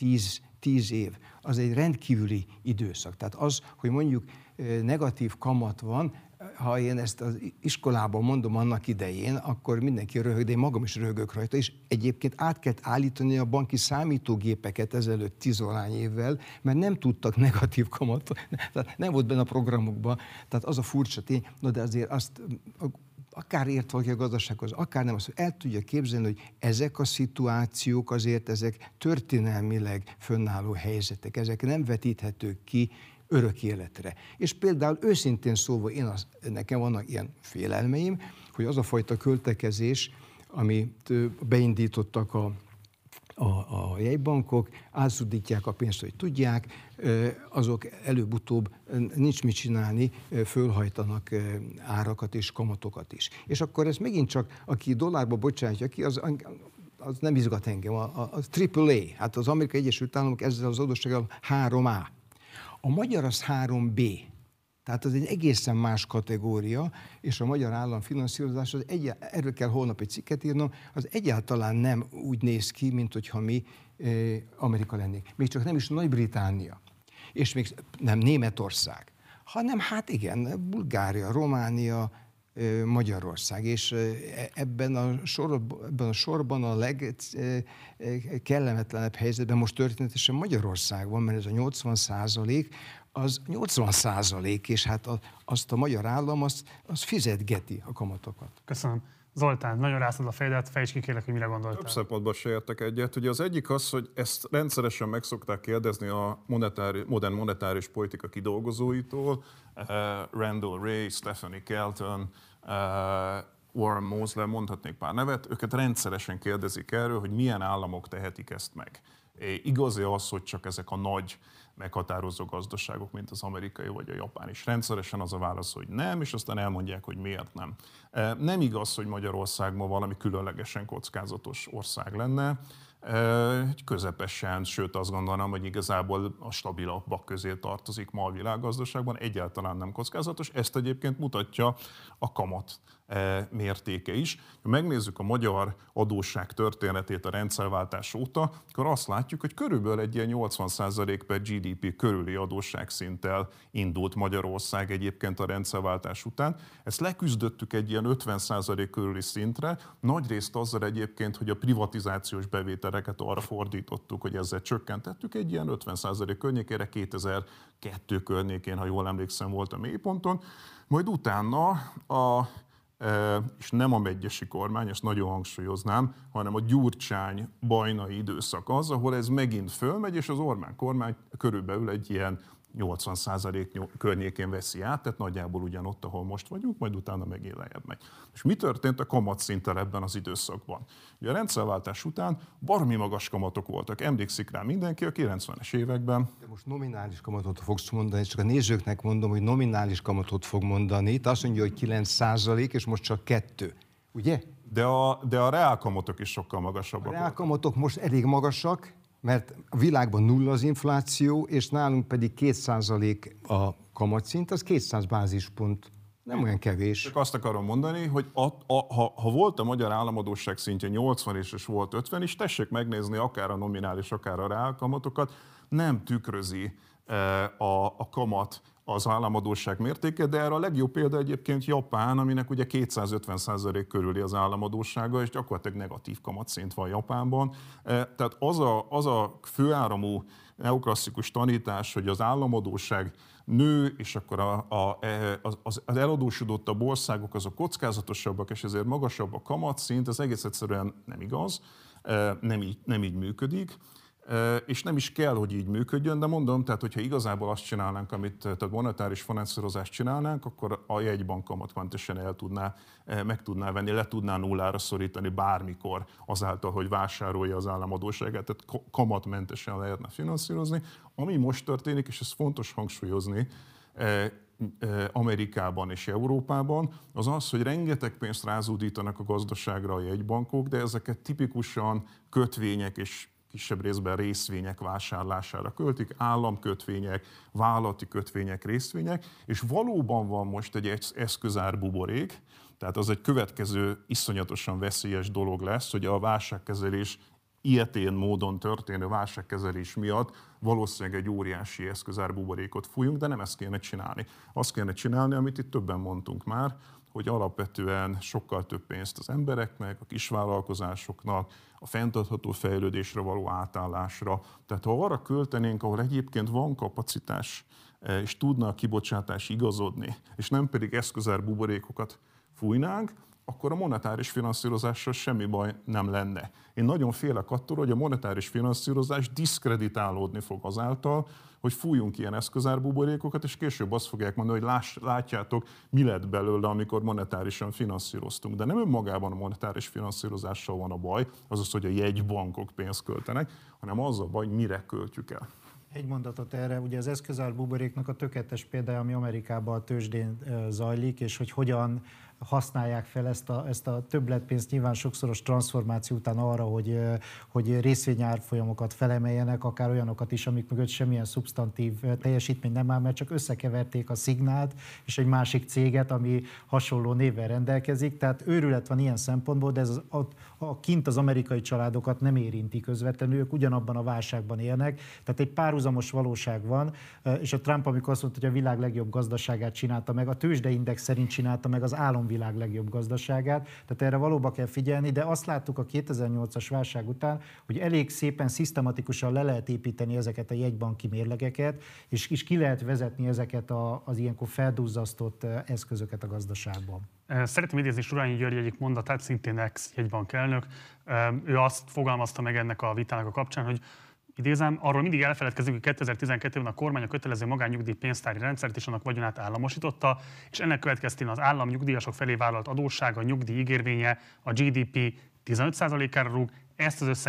10 év, az egy rendkívüli időszak. Tehát az, hogy mondjuk negatív kamat van, ha én ezt az iskolában mondom annak idején, akkor mindenki röhög, de én magam is röhögök rajta, és egyébként át kellett állítani a banki számítógépeket ezelőtt 10 évvel, mert nem tudtak negatív kamatot, nem volt benne a programokban, tehát az a furcsa tény, de azért azt akár ért valaki a gazdasághoz, akár nem, azt el tudja képzelni, hogy ezek a szituációk azért, ezek történelmileg fönnálló helyzetek, ezek nem vetíthetők ki örök életre. És például őszintén szólva, nekem vannak ilyen félelmeim, hogy az a fajta költekezés, amit beindítottak a jegybankok, átszudítják a pénzt, hogy tudják, azok előbb-utóbb nincs mit csinálni, fölhajtanak árakat és kamatokat is. És akkor ez megint csak, aki dollárba bocsátja ki, az nem izgat engem. A AAA, hát az Amerikai Egyesült Államok ezzel az adóssággal 3A. A magyar az 3B, tehát az egy egészen más kategória, és a magyar állam finanszírozás, erről kell holnap egy cikket írnom, az egyáltalán nem úgy néz ki, mint hogyha mi Amerika lennénk. Még csak nem is Nagy-Britannia, és még nem Németország, hanem hát igen, Bulgária, Románia, Magyarország, és ebben a sorban a legkellemetlenebb helyzetben most történetesen Magyarország van, mert ez a 80%, az 80%, és hát azt a magyar állam, az fizetgeti a kamatokat. Köszönöm. Zoltán, nagyon rászod a fejedet, fejtsd ki kérlek, hogy mire gondoltál. Több szempontból se értek egyet. Ugye az egyik az, hogy ezt rendszeresen meg szokták kérdezni a modern monetáris politika kidolgozóitól, Randall Wray, Stephanie Kelton, Warren Mosley, mondhatnék pár nevet, őket rendszeresen kérdezik erről, hogy milyen államok tehetik ezt meg. Igaz-e az, hogy csak ezek a nagy meghatározó gazdaságok, mint az amerikai vagy a japán is? Rendszeresen az a válasz, hogy nem, és aztán elmondják, hogy miért nem. Nem igaz, hogy Magyarország ma valami különlegesen kockázatos ország lenne, közepesen, sőt azt gondolom, hogy igazából a stabilabbak közé tartozik ma a világgazdaságban, egyáltalán nem kockázatos. Ezt egyébként mutatja a kamat mértéke is. Ha megnézzük a magyar adósság történetét a rendszerváltás óta, akkor azt látjuk, hogy körülbelül egy ilyen 80% per GDP körüli adósságszinttel indult Magyarország egyébként a rendszerváltás után. Ezt leküzdöttük egy ilyen 50% körüli szintre, nagyrészt azzal egyébként, hogy a privatizációs bevételeket arra fordítottuk, hogy ezzel csökkentettük egy ilyen 50% környékére, 2002 környékén, ha jól emlékszem, volt a mélyponton. Majd utána és nem a megyesi kormány, ezt nagyon hangsúlyoznám, hanem a Gyurcsány-Bajnai időszak az, ahol ez megint fölmegy, és az Orbán kormány körülbelül egy ilyen 80% környékén veszi át, tehát nagyjából ugyanott, ahol most vagyunk, majd utána megint lejjebb megy. És mi történt a kamatszinttel ebben az időszakban? Ugye a rendszerváltás után baromi magas kamatok voltak. Emlékszik rá mindenki a 90-es években. De most nominális kamatot fogsz mondani, csak a nézőknek mondom, hogy nominális kamatot fog mondani. Te azt mondja, hogy 9%, és most csak 2. Ugye? De a reálkamatok is sokkal magasabbak. A reálkamatok most elég magasak, mert a világban nulla az infláció, és nálunk pedig 2% a kamatszint, az 200 bázispont. Nem olyan kevés. Csak azt akarom mondani, hogy ha volt a magyar államadósság szintje 80 és volt 50 is, tessék megnézni akár a nominális, akár a reálkamatokat, nem tükrözi a kamat az államadósság mértéke, de erre a legjobb példa egyébként Japán, aminek ugye 250% körüli az államadóssága, és gyakorlatilag negatív kamatszint van Japánban. Tehát az a főáramú neoklasszikus tanítás, hogy az államadósság nő, és akkor az eladósodottabb országok azok kockázatosabbak, és ezért magasabb a kamatszint, ez egész egyszerűen nem igaz, nem így működik. És nem is kell, hogy így működjön, de mondom, tehát hogyha igazából azt csinálnánk, tehát monetáris finanszírozást csinálnánk, akkor a jegybank kamatmentesen meg tudná venni, le tudná nullára szorítani bármikor azáltal, hogy vásárolja az államadósságát, tehát kamatmentesen lehetne finanszírozni. Ami most történik, és ez fontos hangsúlyozni, Amerikában és Európában, az az, hogy rengeteg pénzt rázúdítanak a gazdaságra a jegybankok, de ezeket tipikusan kötvények és kisebb részben részvények vásárlására költik, államkötvények, vállalati kötvények, részvények, és valóban van most egy eszközár buborék, tehát az egy következő iszonyatosan veszélyes dolog lesz, hogy a válságkezelés ilyetén módon történő válságkezelés miatt valószínűleg egy óriási eszközár buborékot fújunk, de nem ezt kéne csinálni. Azt kéne csinálni, amit itt többen mondtunk már, hogy alapvetően sokkal több pénzt az embereknek, a kisvállalkozásoknak, a fenntartható fejlődésre való átállásra. Tehát ha arra költenénk, ahol egyébként van kapacitás, és tudna a kibocsátás igazodni, és nem pedig eszközár buborékokat fújnánk, akkor a monetáris finanszírozással semmi baj nem lenne. Én nagyon félek attól, hogy a monetáris finanszírozás diszkreditálódni fog azáltal, hogy fújjunk ilyen eszközárbuborékokat, és később azt fogják mondani, hogy látjátok, mi lett belőle, amikor monetárisan finanszíroztunk. De nem önmagában a monetáris finanszírozással van a baj, azaz, hogy a jegybankok pénzt költenek, hanem az a baj, mire költjük el. Egy mondatot erre, ugye az eszközárbuboréknak a tökéletes példája, ami Amerikában a tőzsdén zajlik, és hogy hogyan használják fel ezt a többletpénzt nyilván sokszoros transformáció után arra, hogy részvényárfolyamokat felemeljenek, akár olyanokat is, amik mögött semmilyen szubstantív teljesítmény nem áll, mert csak összekeverték a Szignált és egy másik céget, ami hasonló névvel rendelkezik. Tehát őrület van ilyen szempontból, de ez kint az amerikai családokat nem érinti közvetlenül, ők ugyanabban a válságban élnek. Tehát egy párhuzamos valóság van, és a Trump, amikor azt mondta, hogy a világ legjobb gazdaságát csinálta meg, a tőzsdeindex szerint csinálta meg az államvilág legjobb gazdaságát, tehát erre valóban kell figyelni, de azt láttuk a 2008-as válság után, hogy elég szépen, szisztematikusan le lehet építeni ezeket a jegybanki mérlegeket, és ki lehet vezetni ezeket az ilyenkor felduzzasztott eszközöket a gazdaságban. Szeretném idézni Surányi György egyik mondatát, szintén ex-jegybank elnök. Ő azt fogalmazta meg ennek a vitának a kapcsán, hogy idézem, arról mindig elfeledkezünk, hogy 2012-ben a kormány a kötelező magánnyugdíj pénztári rendszert és annak vagyonát államosította, és ennek következtében az állam nyugdíjasok felé vállalt adóssága, nyugdíj ígérvénye a GDP 15%-ára rúg, ezt az összeget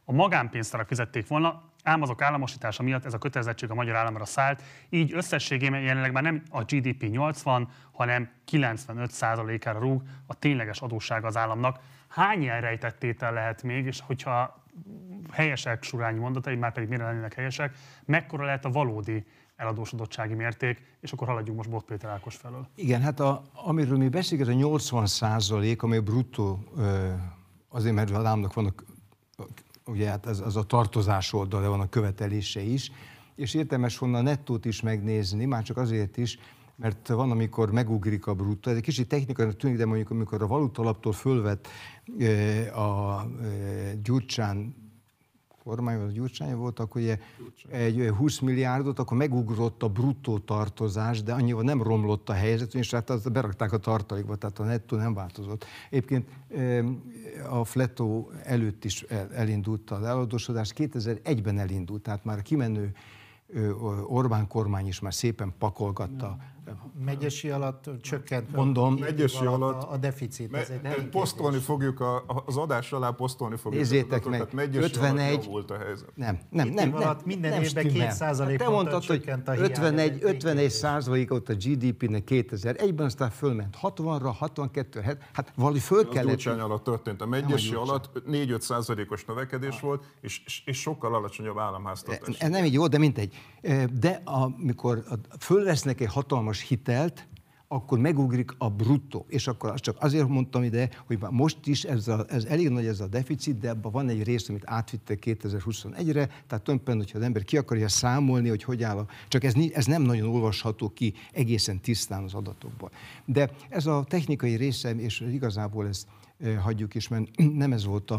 a magánpénztárak fizették volna, ám azok államosítása miatt ez a kötelezettség a magyar államra szállt, így összességében jelenleg már nem a GDP 80, hanem 95%-ára rúg a tényleges adóssága az államnak. Hány ilyen rejtett tétel lehet még, és hogyha helyesek Surányi mondatai, már pedig mire lennének helyesek, mekkora lehet a valódi eladósodottsági mérték, és akkor haladjunk most Bot Péter Ákos felől. Igen, hát amiről mi beszélünk, ez a 80%, ami bruttó, azért mert az államnak vannak, ugye hát az a tartozás oldala, van a követelése is, és érdemes volna a nettót is megnézni, már csak azért is, mert van, amikor megugrik a bruttó. Ez egy kicsit technikai tűnik, de mondjuk, amikor a valutalaptól fölvett a Gyurcsán kormány, vagy a Gyurcsány volt, akkor ugye egy 20 milliárdot, akkor megugrott a bruttó tartozás, de annyival nem romlott a helyzet, és hát azt berakták a tartalékba, tehát a nettó nem változott. Egyébként a Fletó előtt is elindult az eladósodás, 2001-ben elindult, tehát már a kimenő Orbán kormány is már szépen pakolgatta. Megyesi alatt csökkent. Mondom, Megyesi alatt a deficit. posztolni fogjuk, az adás alá posztolni fogjuk. Nézzétek meg, 51 volt a helyzet. Nem. Minden évben 2% te mondtad, hogy csökkent a hiány. 51% a GDP-nek 2001-ben, aztán fölment 60-ra, 62-re, hát valahogy föl kellett. A Gyurcsány alatt történt. A Megyesi alatt 4-5%-os növekedés volt, és sokkal alacsonyabb államháztartás. Ez nem így jó, de mindegy. De amikor fölvesznek egy hatalmas hitelt, akkor megugrik a bruttó. És akkor csak azért mondtam ide, hogy most is ez elég nagy ez a deficit, de abban van egy rész, amit átvittek 2021-re, tehát tulajdonképpen, hogyha az ember ki akarja számolni, hogy áll csak ez nem nagyon olvasható ki egészen tisztán az adatokból. De ez a technikai része, és igazából ezt hagyjuk is, mert nem ez volt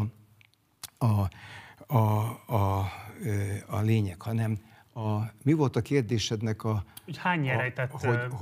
a lényeg, hanem mi volt a kérdésednek hogy hány ilyen rejtett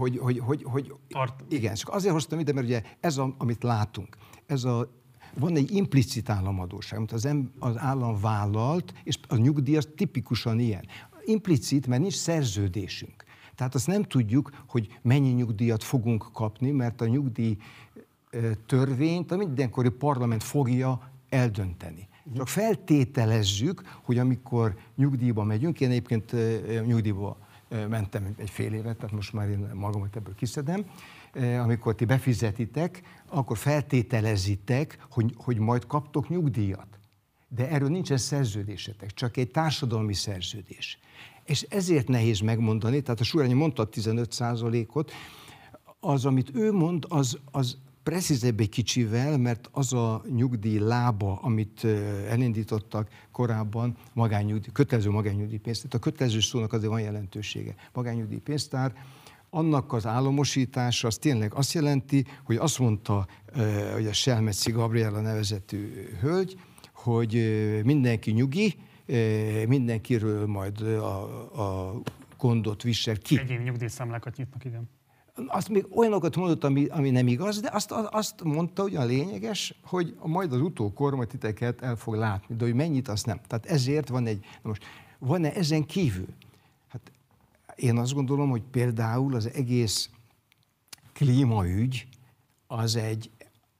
igen, csak azért hoztam ide, mert ugye ez, amit látunk, van egy implicit államadóság, amit az állam vállalt, és a nyugdíj az tipikusan ilyen. Implicit, mert nincs szerződésünk. Tehát azt nem tudjuk, hogy mennyi nyugdíjat fogunk kapni, mert a nyugdíj törvényt a mindenkori parlament fogja eldönteni. Csak feltételezzük, hogy amikor nyugdíjba megyünk, én egyébként nyugdíjba mentem egy fél évet, tehát most már én magamat ebből kiszedem, amikor ti befizetitek, akkor feltételezitek, hogy majd kaptok nyugdíjat. De erről nincsen szerződésetek, csak egy társadalmi szerződés. És ezért nehéz megmondani, tehát a Surányi mondta 15%-ot, az, amit ő mond, az precízebb egy kicsivel, mert az a nyugdíj lába, amit elindítottak korábban, kötelező magánnyugdíjpénztár, a kötelező szónak azért van jelentősége, magánnyugdíjpénztár, annak az államosítása az tényleg azt jelenti, hogy azt mondta, hogy a Selmeci Gabriella nevezetű hölgy, hogy mindenki nyugi, mindenkiről majd a gondot visel ki. Egyéni nyugdíjszámlákat nyitnak, igen. Azt még olyanokat mondott, ami nem igaz, de azt mondta, hogy a lényeges, hogy majd az utókormány titeket el fog látni, de hogy mennyit, azt nem. Tehát ezért van-e ezen kívül? Hát én azt gondolom, hogy például az egész klímaügy az egy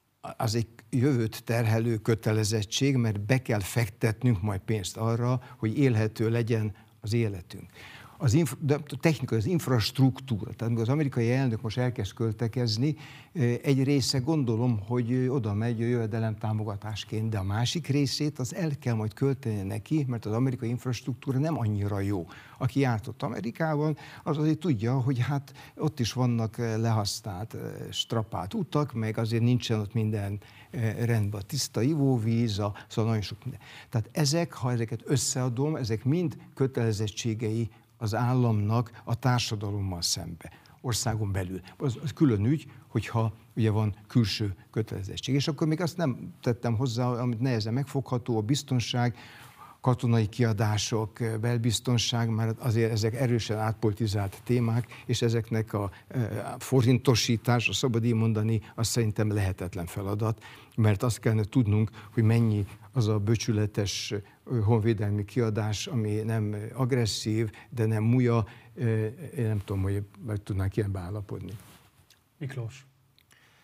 jövőt terhelő kötelezettség, mert be kell fektetnünk majd pénzt arra, hogy élhető legyen az életünk. Az infrastruktúra, tehát az amerikai elnök most elkezd költekezni, egy része gondolom, hogy oda megy jövedelem támogatásként, de a másik részét az el kell majd költeni neki, mert az amerikai infrastruktúra nem annyira jó. Aki járt ott Amerikában, az azért tudja, hogy hát ott is vannak lehasznált, strapált utak, meg azért nincsen ott minden rendben, a tiszta ivóvíz, szóval nagyon sok minden. Tehát ha ezeket összeadom, ezek mind kötelezettségei az államnak a társadalommal szembe, országon belül. Az külön ügy, hogyha ugye van külső kötelezettség. És akkor még azt nem tettem hozzá, amit nehezen megfogható, a biztonság, katonai kiadások, belbiztonság, mert azért ezek erősen átpolitizált témák, és ezeknek a forintosítása, szabad így mondani, azt szerintem lehetetlen feladat, mert azt kellene tudnunk, hogy mennyi az a becsületes honvédelmi kiadás, ami nem agresszív, de nem múlja, én nem tudom, hogy meg tudnánk ilyen beállapodni. Miklós.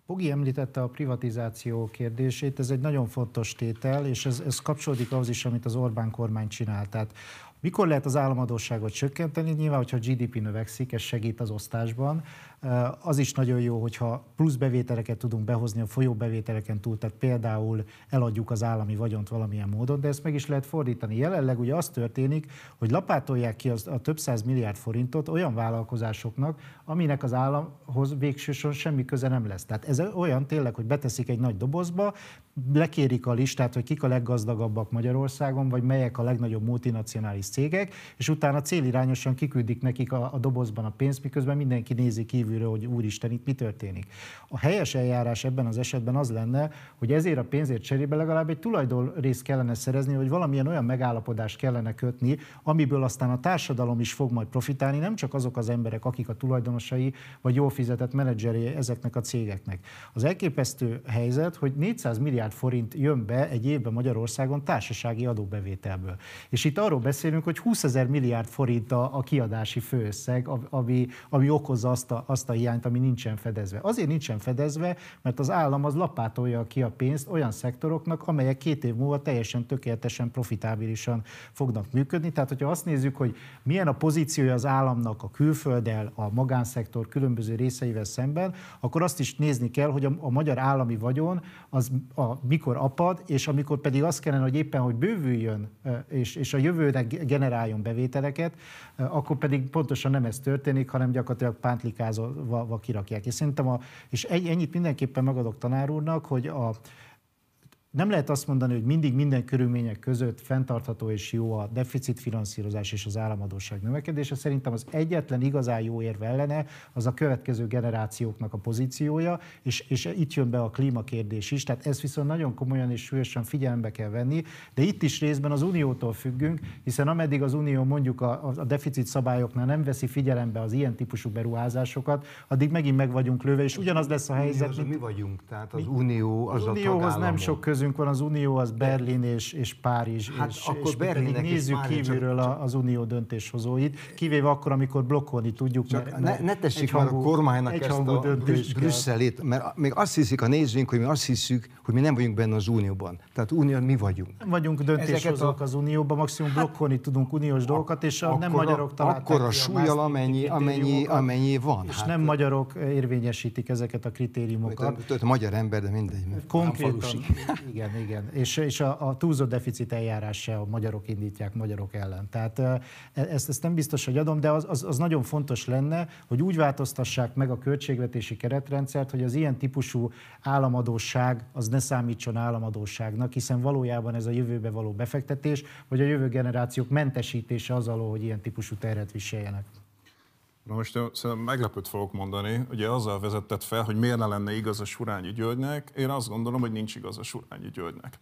Bogi említette a privatizáció kérdését, ez egy nagyon fontos tétel, és ez kapcsolódik ahhoz is, amit az Orbán kormány csinál. Tehát mikor lehet az államadósságot csökkenteni? Nyilván, hogyha a GDP növekszik, ez segít az osztásban. Az is nagyon jó, hogyha plusz bevételeket tudunk behozni a folyóbevételeken túl, tehát például eladjuk az állami vagyont valamilyen módon, de ezt meg is lehet fordítani. Jelenleg ugye az történik, hogy lapátolják ki a több 100 milliárd forintot olyan vállalkozásoknak, aminek az államhoz végsősorban semmi köze nem lesz. Tehát ez olyan tényleg, hogy beteszik egy nagy dobozba, lekérik a listát, hogy kik a leggazdagabbak Magyarországon, vagy melyek a legnagyobb multinacionális cégek, és utána célirányosan kiküldik nekik a dobozban a pénzt, miközben mindenki nézi kívülről, hogy úristen, itt mi történik. A helyes eljárás ebben az esetben az lenne, hogy ezért a pénzért cserébe legalább egy tulajdonrészt kellene szerezni, vagy valamilyen olyan megállapodást kellene kötni, amiből aztán a társadalom is fog majd profitálni, nem csak azok az emberek, akik a tulajdonosai, vagy jól fizetett menedzserei ezeknek a cégeknek. Az elképesztő helyzet, hogy 400 milliárd forint jön be egy évben Magyarországon társasági adóbevételből. És itt arról beszélünk, hogy 20 000 milliárd forint a kiadási főösszeg, ami okozza azt a hiányt, ami nincsen fedezve. Azért nincsen fedezve, mert az állam az lapátolja ki a pénzt olyan szektoroknak, amelyek 2 év múlva teljesen tökéletesen profitábilisan fognak működni. Tehát, hogyha azt nézzük, hogy milyen a pozíciója az államnak a külfölddel, a magánszektor különböző részeivel szemben, akkor azt is nézni kell, hogy a magyar állami vagyon az mikor apad, és amikor pedig azt kellene, hogy éppen, hogy bővüljön, és a jövőnek generáljon bevételeket, akkor pedig pontosan nem ez történik, hanem gyakorlatilag pántlikázva kirakják. És szerintem, és ennyit mindenképpen megadok tanár úrnak, hogy nem lehet azt mondani, hogy mindig minden körülmények között fenntartható és jó a deficitfinanszírozás és az államadósság növekedése. Szerintem az egyetlen igazán jó érv ellene az a következő generációknak a pozíciója, és itt jön be a klímakérdés is. Tehát ezt viszont nagyon komolyan és súlyosan figyelembe kell venni, de itt is részben az Uniótól függünk, hiszen ameddig az Unió mondjuk a deficit szabályoknál nem veszi figyelembe az ilyen típusú beruházásokat, addig megint meg vagyunk lőve, és ugyanaz lesz a helyzet. Mi vagyunk, tehát az Unió, az Unióhoz nem sok közünk van, az Unió az Berlin és Párizs, hát és Berlinnek nézzük kívülről az Unió döntéshozóit, kivéve akkor, amikor blokkolni tudjuk. Ne tessék már a kormánynak ezt a Brüsszelét, mert még azt hiszik a nézőink, hogy mi azt hiszük, hogy mi nem vagyunk benne az Unióban. Tehát Unión mi vagyunk. Nem vagyunk döntéshozók az Unióban, maximum blokkolni tudunk uniós dolgokat, és nem magyarok találták akkor a súlyal amennyi van. És nem magyarok érvényesítik ezeket a kritériumokat. Magyar ember, de mindegy. Konkrétan. Igen. És a túlzott deficit eljárás se a magyarok indítják magyarok ellen. Tehát ezt nem biztos, hogy adom, de az nagyon fontos lenne, hogy úgy változtassák meg a költségvetési keretrendszert, hogy az ilyen típusú államadósság az ne számítson államadósságnak, hiszen valójában ez a jövőbe való befektetés, vagy a jövő generációk mentesítése az alól, hogy ilyen típusú terhet viseljenek. Na most szerintem meglepőt fogok mondani, ugye azzal vezetett fel, hogy miért ne lenne igaz a Surányi Györgynek. Én azt gondolom, hogy nincs igaz a Surányi Györgynek.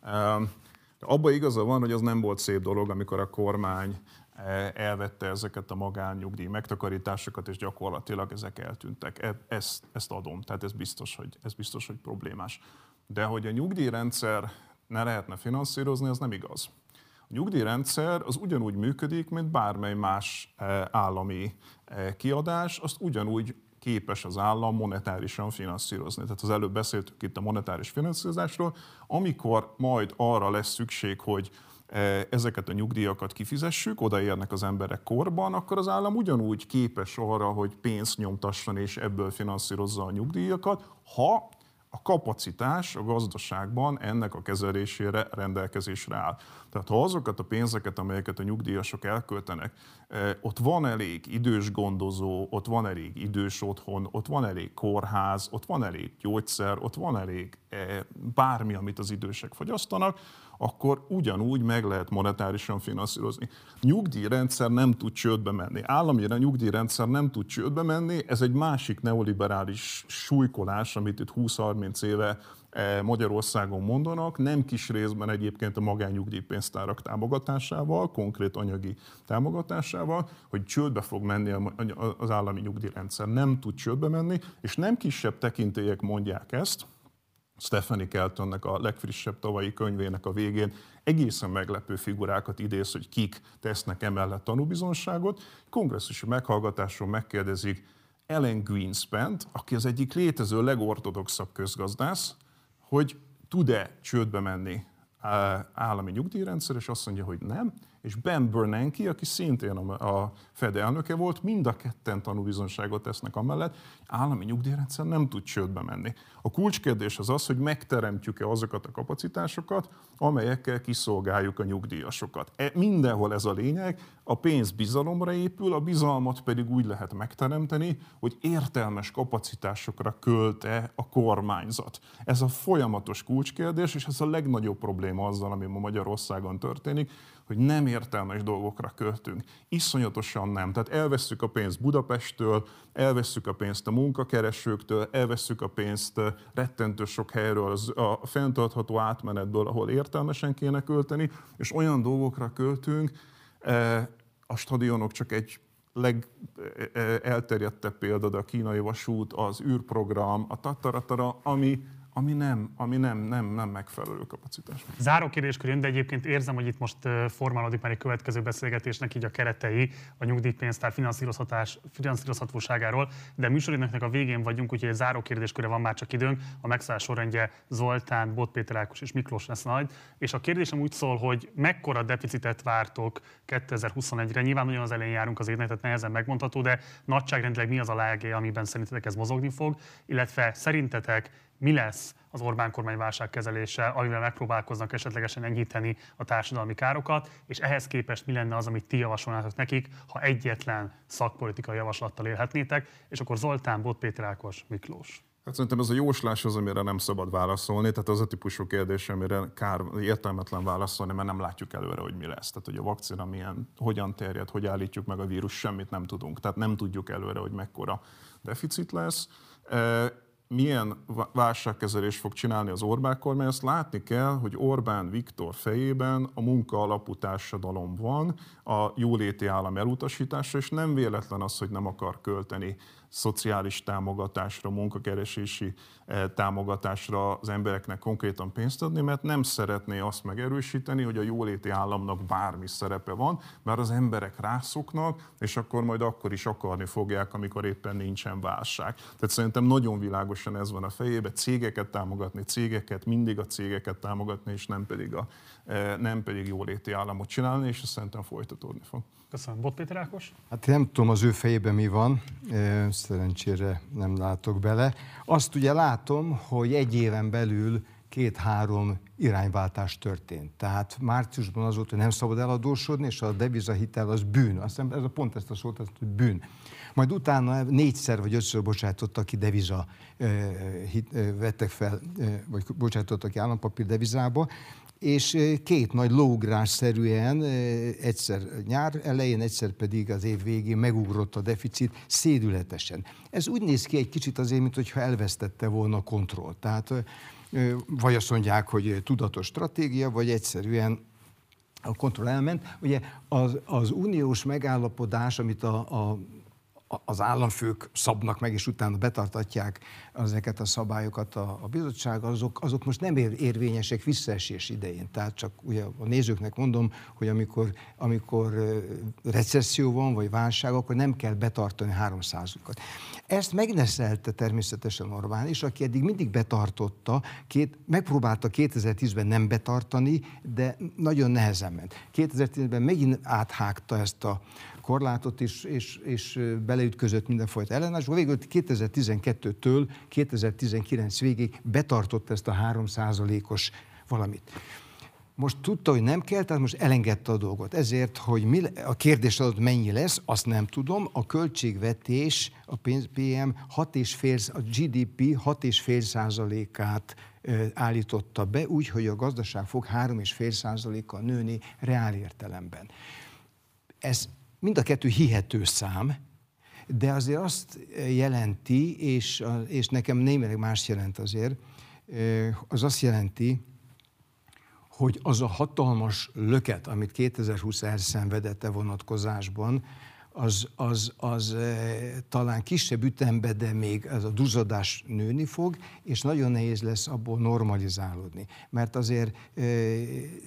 Abban igaza van, hogy az nem volt szép dolog, amikor a kormány elvette ezeket a magánnyugdíj megtakarításokat, és gyakorlatilag ezek eltűntek. Ezt adom, tehát ez biztos, hogy problémás. De hogy a nyugdíjrendszer ne lehetne finanszírozni, az nem igaz. A nyugdíjrendszer az ugyanúgy működik, mint bármely más állami kiadás, azt ugyanúgy képes az állam monetárisan finanszírozni. Tehát az előbb beszéltünk itt a monetáris finanszírozásról, amikor majd arra lesz szükség, hogy ezeket a nyugdíjakat kifizessük, odaérnek az emberek korban, akkor az állam ugyanúgy képes arra, hogy pénzt nyomtasson és ebből finanszírozza a nyugdíjakat, ha a kapacitás a gazdaságban ennek a kezelésére rendelkezésre áll. Tehát ha azokat a pénzeket, amelyeket a nyugdíjasok elköltenek, ott van elég idős gondozó, ott van elég idős otthon, ott van elég kórház, ott van elég gyógyszer, ott van elég bármi, amit az idősek fogyasztanak, akkor ugyanúgy meg lehet monetárisan finanszírozni. Nyugdíjrendszer nem tud csődbe menni. Állami nyugdíjrendszer nem tud csődbe menni, ez egy másik neoliberális súlykolás, amit itt 20-30 éve Magyarországon mondanak, nem kis részben egyébként a magánnyugdíjpénztárak támogatásával, konkrét anyagi támogatásával, hogy csődbe fog menni az állami nyugdíjrendszer. Nem tud csődbe menni, és nem kisebb tekintélyek mondják ezt. Stephanie Keltonnek a legfrissebb tavalyi könyvének a végén egészen meglepő figurákat idéz, hogy kik tesznek emellett tanúbizonságot. Kongresszusi meghallgatáson megkérdezik, Alan Greenspan-t, aki az egyik létező legortodoxabb közgazdász, hogy tud-e csődbe menni állami nyugdíjrendszer, és azt mondja, hogy nem. És Ben Bernanke, aki szintén a Fed elnöke volt, mind a ketten tanúbizonyságot tesznek amellett, állami nyugdíjrendszer nem tud csődbe menni. A kulcskérdés az, hogy megteremtjük-e azokat a kapacitásokat, amelyekkel kiszolgáljuk a nyugdíjasokat. Mindenhol ez a lényeg, a pénz bizalomra épül, a bizalmat pedig úgy lehet megteremteni, hogy értelmes kapacitásokra költ-e a kormányzat. Ez a folyamatos kulcskérdés, és ez a legnagyobb probléma azzal, ami ma Magyarországon történik, hogy nem értelmes dolgokra költünk. Iszonyatosan nem. Tehát elvesszük a pénzt Budapesttől, elvesszük a pénzt a munkakeresőktől, elvesszük a pénzt rettentő sok helyről, a fenntartható átmenetből, ahol értelmesen kéne költeni, és olyan dolgokra költünk, a stadionok csak egy legelterjedtebb példa, de a kínai vasút, az űrprogram, a Tataratara, ami nem megfelelő kapacitás. Záró kérdéskör jön, de egyébként érzem, hogy itt most formálódik már egy következő beszélgetésnek így a keretei a nyugdíjpénztár finanszírozhatóságáról, de műsoridőnknek a végén vagyunk, úgyhogy egy záró kérdéskörre van már csak időnk. A megszállás sorrendje Zoltán, Bot Péter Ákos és Miklós lesz majd. És a kérdésem úgy szól, hogy mekkora deficitet vártok 2021-re? Nyilván nagyon az elején járunk az évnek, tehát nehezen megmondható, de nagyságrendileg mi az a láge, amiben szerintetek ez mozogni fog, illetve szerintetek mi lesz az Orbán kormány válságkezelése, amivel megpróbálkoznak esetlegesen enyhíteni a társadalmi károkat, és ehhez képest mi lenne az, amit ti javasolnátok nekik, ha egyetlen szakpolitikai javaslattal élhetnétek, és akkor Zoltán, Bot Péter Ákos, Miklós. Hát szerintem ez a jóslás az, amire nem szabad válaszolni, tehát az a típusú kérdés, amire értelmetlen válaszolni, mert nem látjuk előre, hogy mi lesz. Tehát, hogy a vakcina hogyan terjed, hogy állítjuk meg a vírus, semmit nem tudunk. Tehát nem tudjuk előre, hogy mekkora deficit lesz. Milyen válságkezelést fog csinálni az Orbán kormány, azt látni kell, hogy Orbán Viktor fejében a munka alapú társadalom van, a jóléti állam elutasítása, és nem véletlen az, hogy nem akar költeni szociális támogatásra, munkakeresési támogatásra az embereknek konkrétan pénzt adni, mert nem szeretné azt megerősíteni, hogy a jóléti államnak bármi szerepe van, mert az emberek rászoknak, és akkor majd akkor is akarni fogják, amikor éppen nincsen válság. Tehát szerintem nagyon világosan ez van a fejében, cégeket támogatni, mindig a cégeket támogatni, és nem pedig jóléti államot csinálni, és ezt szerintem folytatódni fog. Köszönöm. Bot Péter Ákos? Hát nem tudom az ő fejében mi van, szerencsére nem látok bele. Azt ugye látom, hogy egy éven belül 2-3 irányváltás történt. Tehát márciusban az volt, hogy nem szabad eladósodni, és a devizahitel az bűn. Azt hiszem, ez pont ezt a szót, hogy bűn. Majd utána 4-szer vagy 5-ször bocsátottak ki vettek fel, vagy bocsátottak ki állampapír devizába, és 2 nagy lóugrásszerűen egyszer nyár elején, egyszer pedig az év végén megugrott a deficit szédületesen. Ez úgy néz ki egy kicsit azért, mintha elvesztette volna a kontrollt. Tehát vagy azt mondják, hogy tudatos stratégia, vagy egyszerűen a kontroll elment. Ugye az uniós megállapodás, amit az államfők szabnak meg, és utána betartatják ezeket a szabályokat a bizottság, azok most nem érvényesek visszaesés idején. Tehát csak ugye a nézőknek mondom, hogy amikor recesszió van, vagy válság, akkor nem kell betartani 3%-ot. Ezt megneszelte természetesen Orbán is, aki eddig mindig betartotta, megpróbálta 2010-ben nem betartani, de nagyon nehezen ment. 2010-ben megint áthágta ezt a korlátot és beleütközött mindenfajta ellenállásba. Végül 2012-től 2019 végéig betartott ezt a 3%-os valamit. Most tudta, hogy nem kell, tehát most elengedte a dolgot. Ezért, hogy a kérdés adott mennyi lesz, azt nem tudom. A költségvetés, a PM 6,5, a GDP 6,5%-át állította be, úgy, hogy a gazdaság fog 3,5%-kal nőni reál értelemben. Ez mind a kettő hihető szám, de azért azt jelenti, és nekem némileg más jelent azért, az azt jelenti, hogy az a hatalmas löket, amit 2020 elszenvedett vonatkozásban, az talán kisebb ütemben, de még ez a duzzadás nőni fog, és nagyon nehéz lesz abból normalizálódni. Mert azért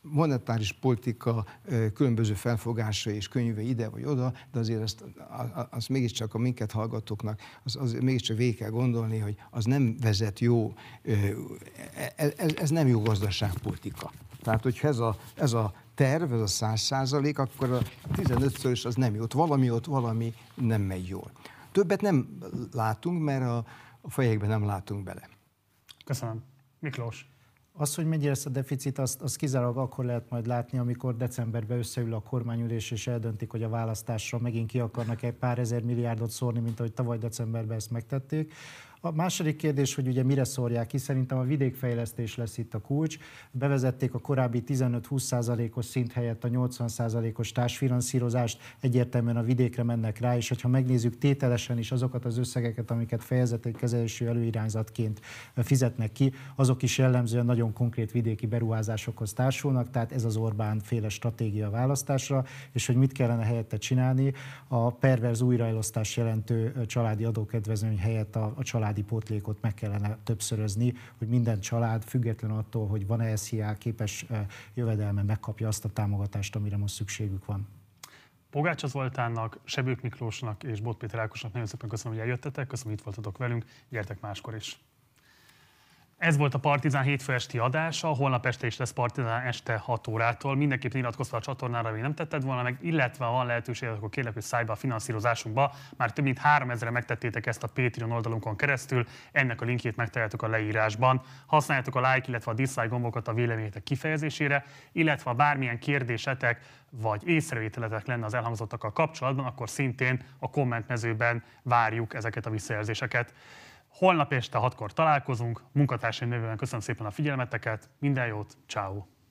monetáris politika különböző felfogásai és könyvei ide vagy oda, de azért azt mégiscsak a minket hallgatóknak, az mégiscsak végig kell gondolni, hogy az nem vezet jó, ez nem jó gazdaságpolitika. Tehát, hogyha ez a terv, ez a 100%, akkor a 15-szörös az nem jó. Ott valami nem megy jól. Többet nem látunk, mert a fejekben nem látunk bele. Köszönöm. Miklós. Az, hogy mennyire lesz a deficit, azt kizárólag akkor lehet majd látni, amikor decemberben összeül a kormányülés, és eldöntik, hogy a választásra megint ki akarnak egy pár ezer milliárdot szórni, mint ahogy tavaly decemberben ezt megtették. A második kérdés, hogy ugye mire szórják ki, szerintem a vidékfejlesztés lesz itt a kulcs. Bevezették a korábbi 15-20%-os szint helyett a 80%-os társfinanszírozást, egyértelműen a vidékre mennek rá, és hogyha megnézzük tételesen is azokat az összegeket, amiket fejezetékkezelésű előirányzatként fizetnek ki, azok is jellemzően nagyon konkrét vidéki beruházásokhoz társulnak, tehát ez az Orbán féle stratégia a választásra, és hogy mit kellene helyette csinálni, a perverz újraelosztás jelentő családi adókedvezmény helyett a családi pótlékot meg kellene többszörözni, hogy minden család, független attól, hogy van-e SZIA, képes jövedelme, megkapja azt a támogatást, amire most szükségük van. Pogácsa Zoltánnak, Sebők Miklósnak és Bot Péter Ákosnak nagyon szépen köszönöm, hogy eljöttetek, köszönöm, hogy itt voltatok velünk, gyertek máskor is. Ez volt a Partizán hétfő esti adása, holnap este is lesz Partizán este 6 órától. Mindenképpen iratkozz a csatornára, még nem tetted volna meg, illetve ha van lehetőség, akkor kérlek, hogy szállj be a finanszírozásunkba. Már több mint 3000-re megtettétek ezt a Patreon oldalunkon keresztül, ennek a linkjét megtaláljátok a leírásban. Használjátok a like, illetve a dislike gombokat a véleményetek kifejezésére, illetve ha bármilyen kérdésetek vagy észrevételetek lenne az elhangzottakkal kapcsolatban, akkor szintén a kommentmezőben várjuk ezeket a visszajelzéseket. Holnap este 6-kor találkozunk, munkatársaim nevében köszönöm szépen a figyelmeteket, minden jót, ciao.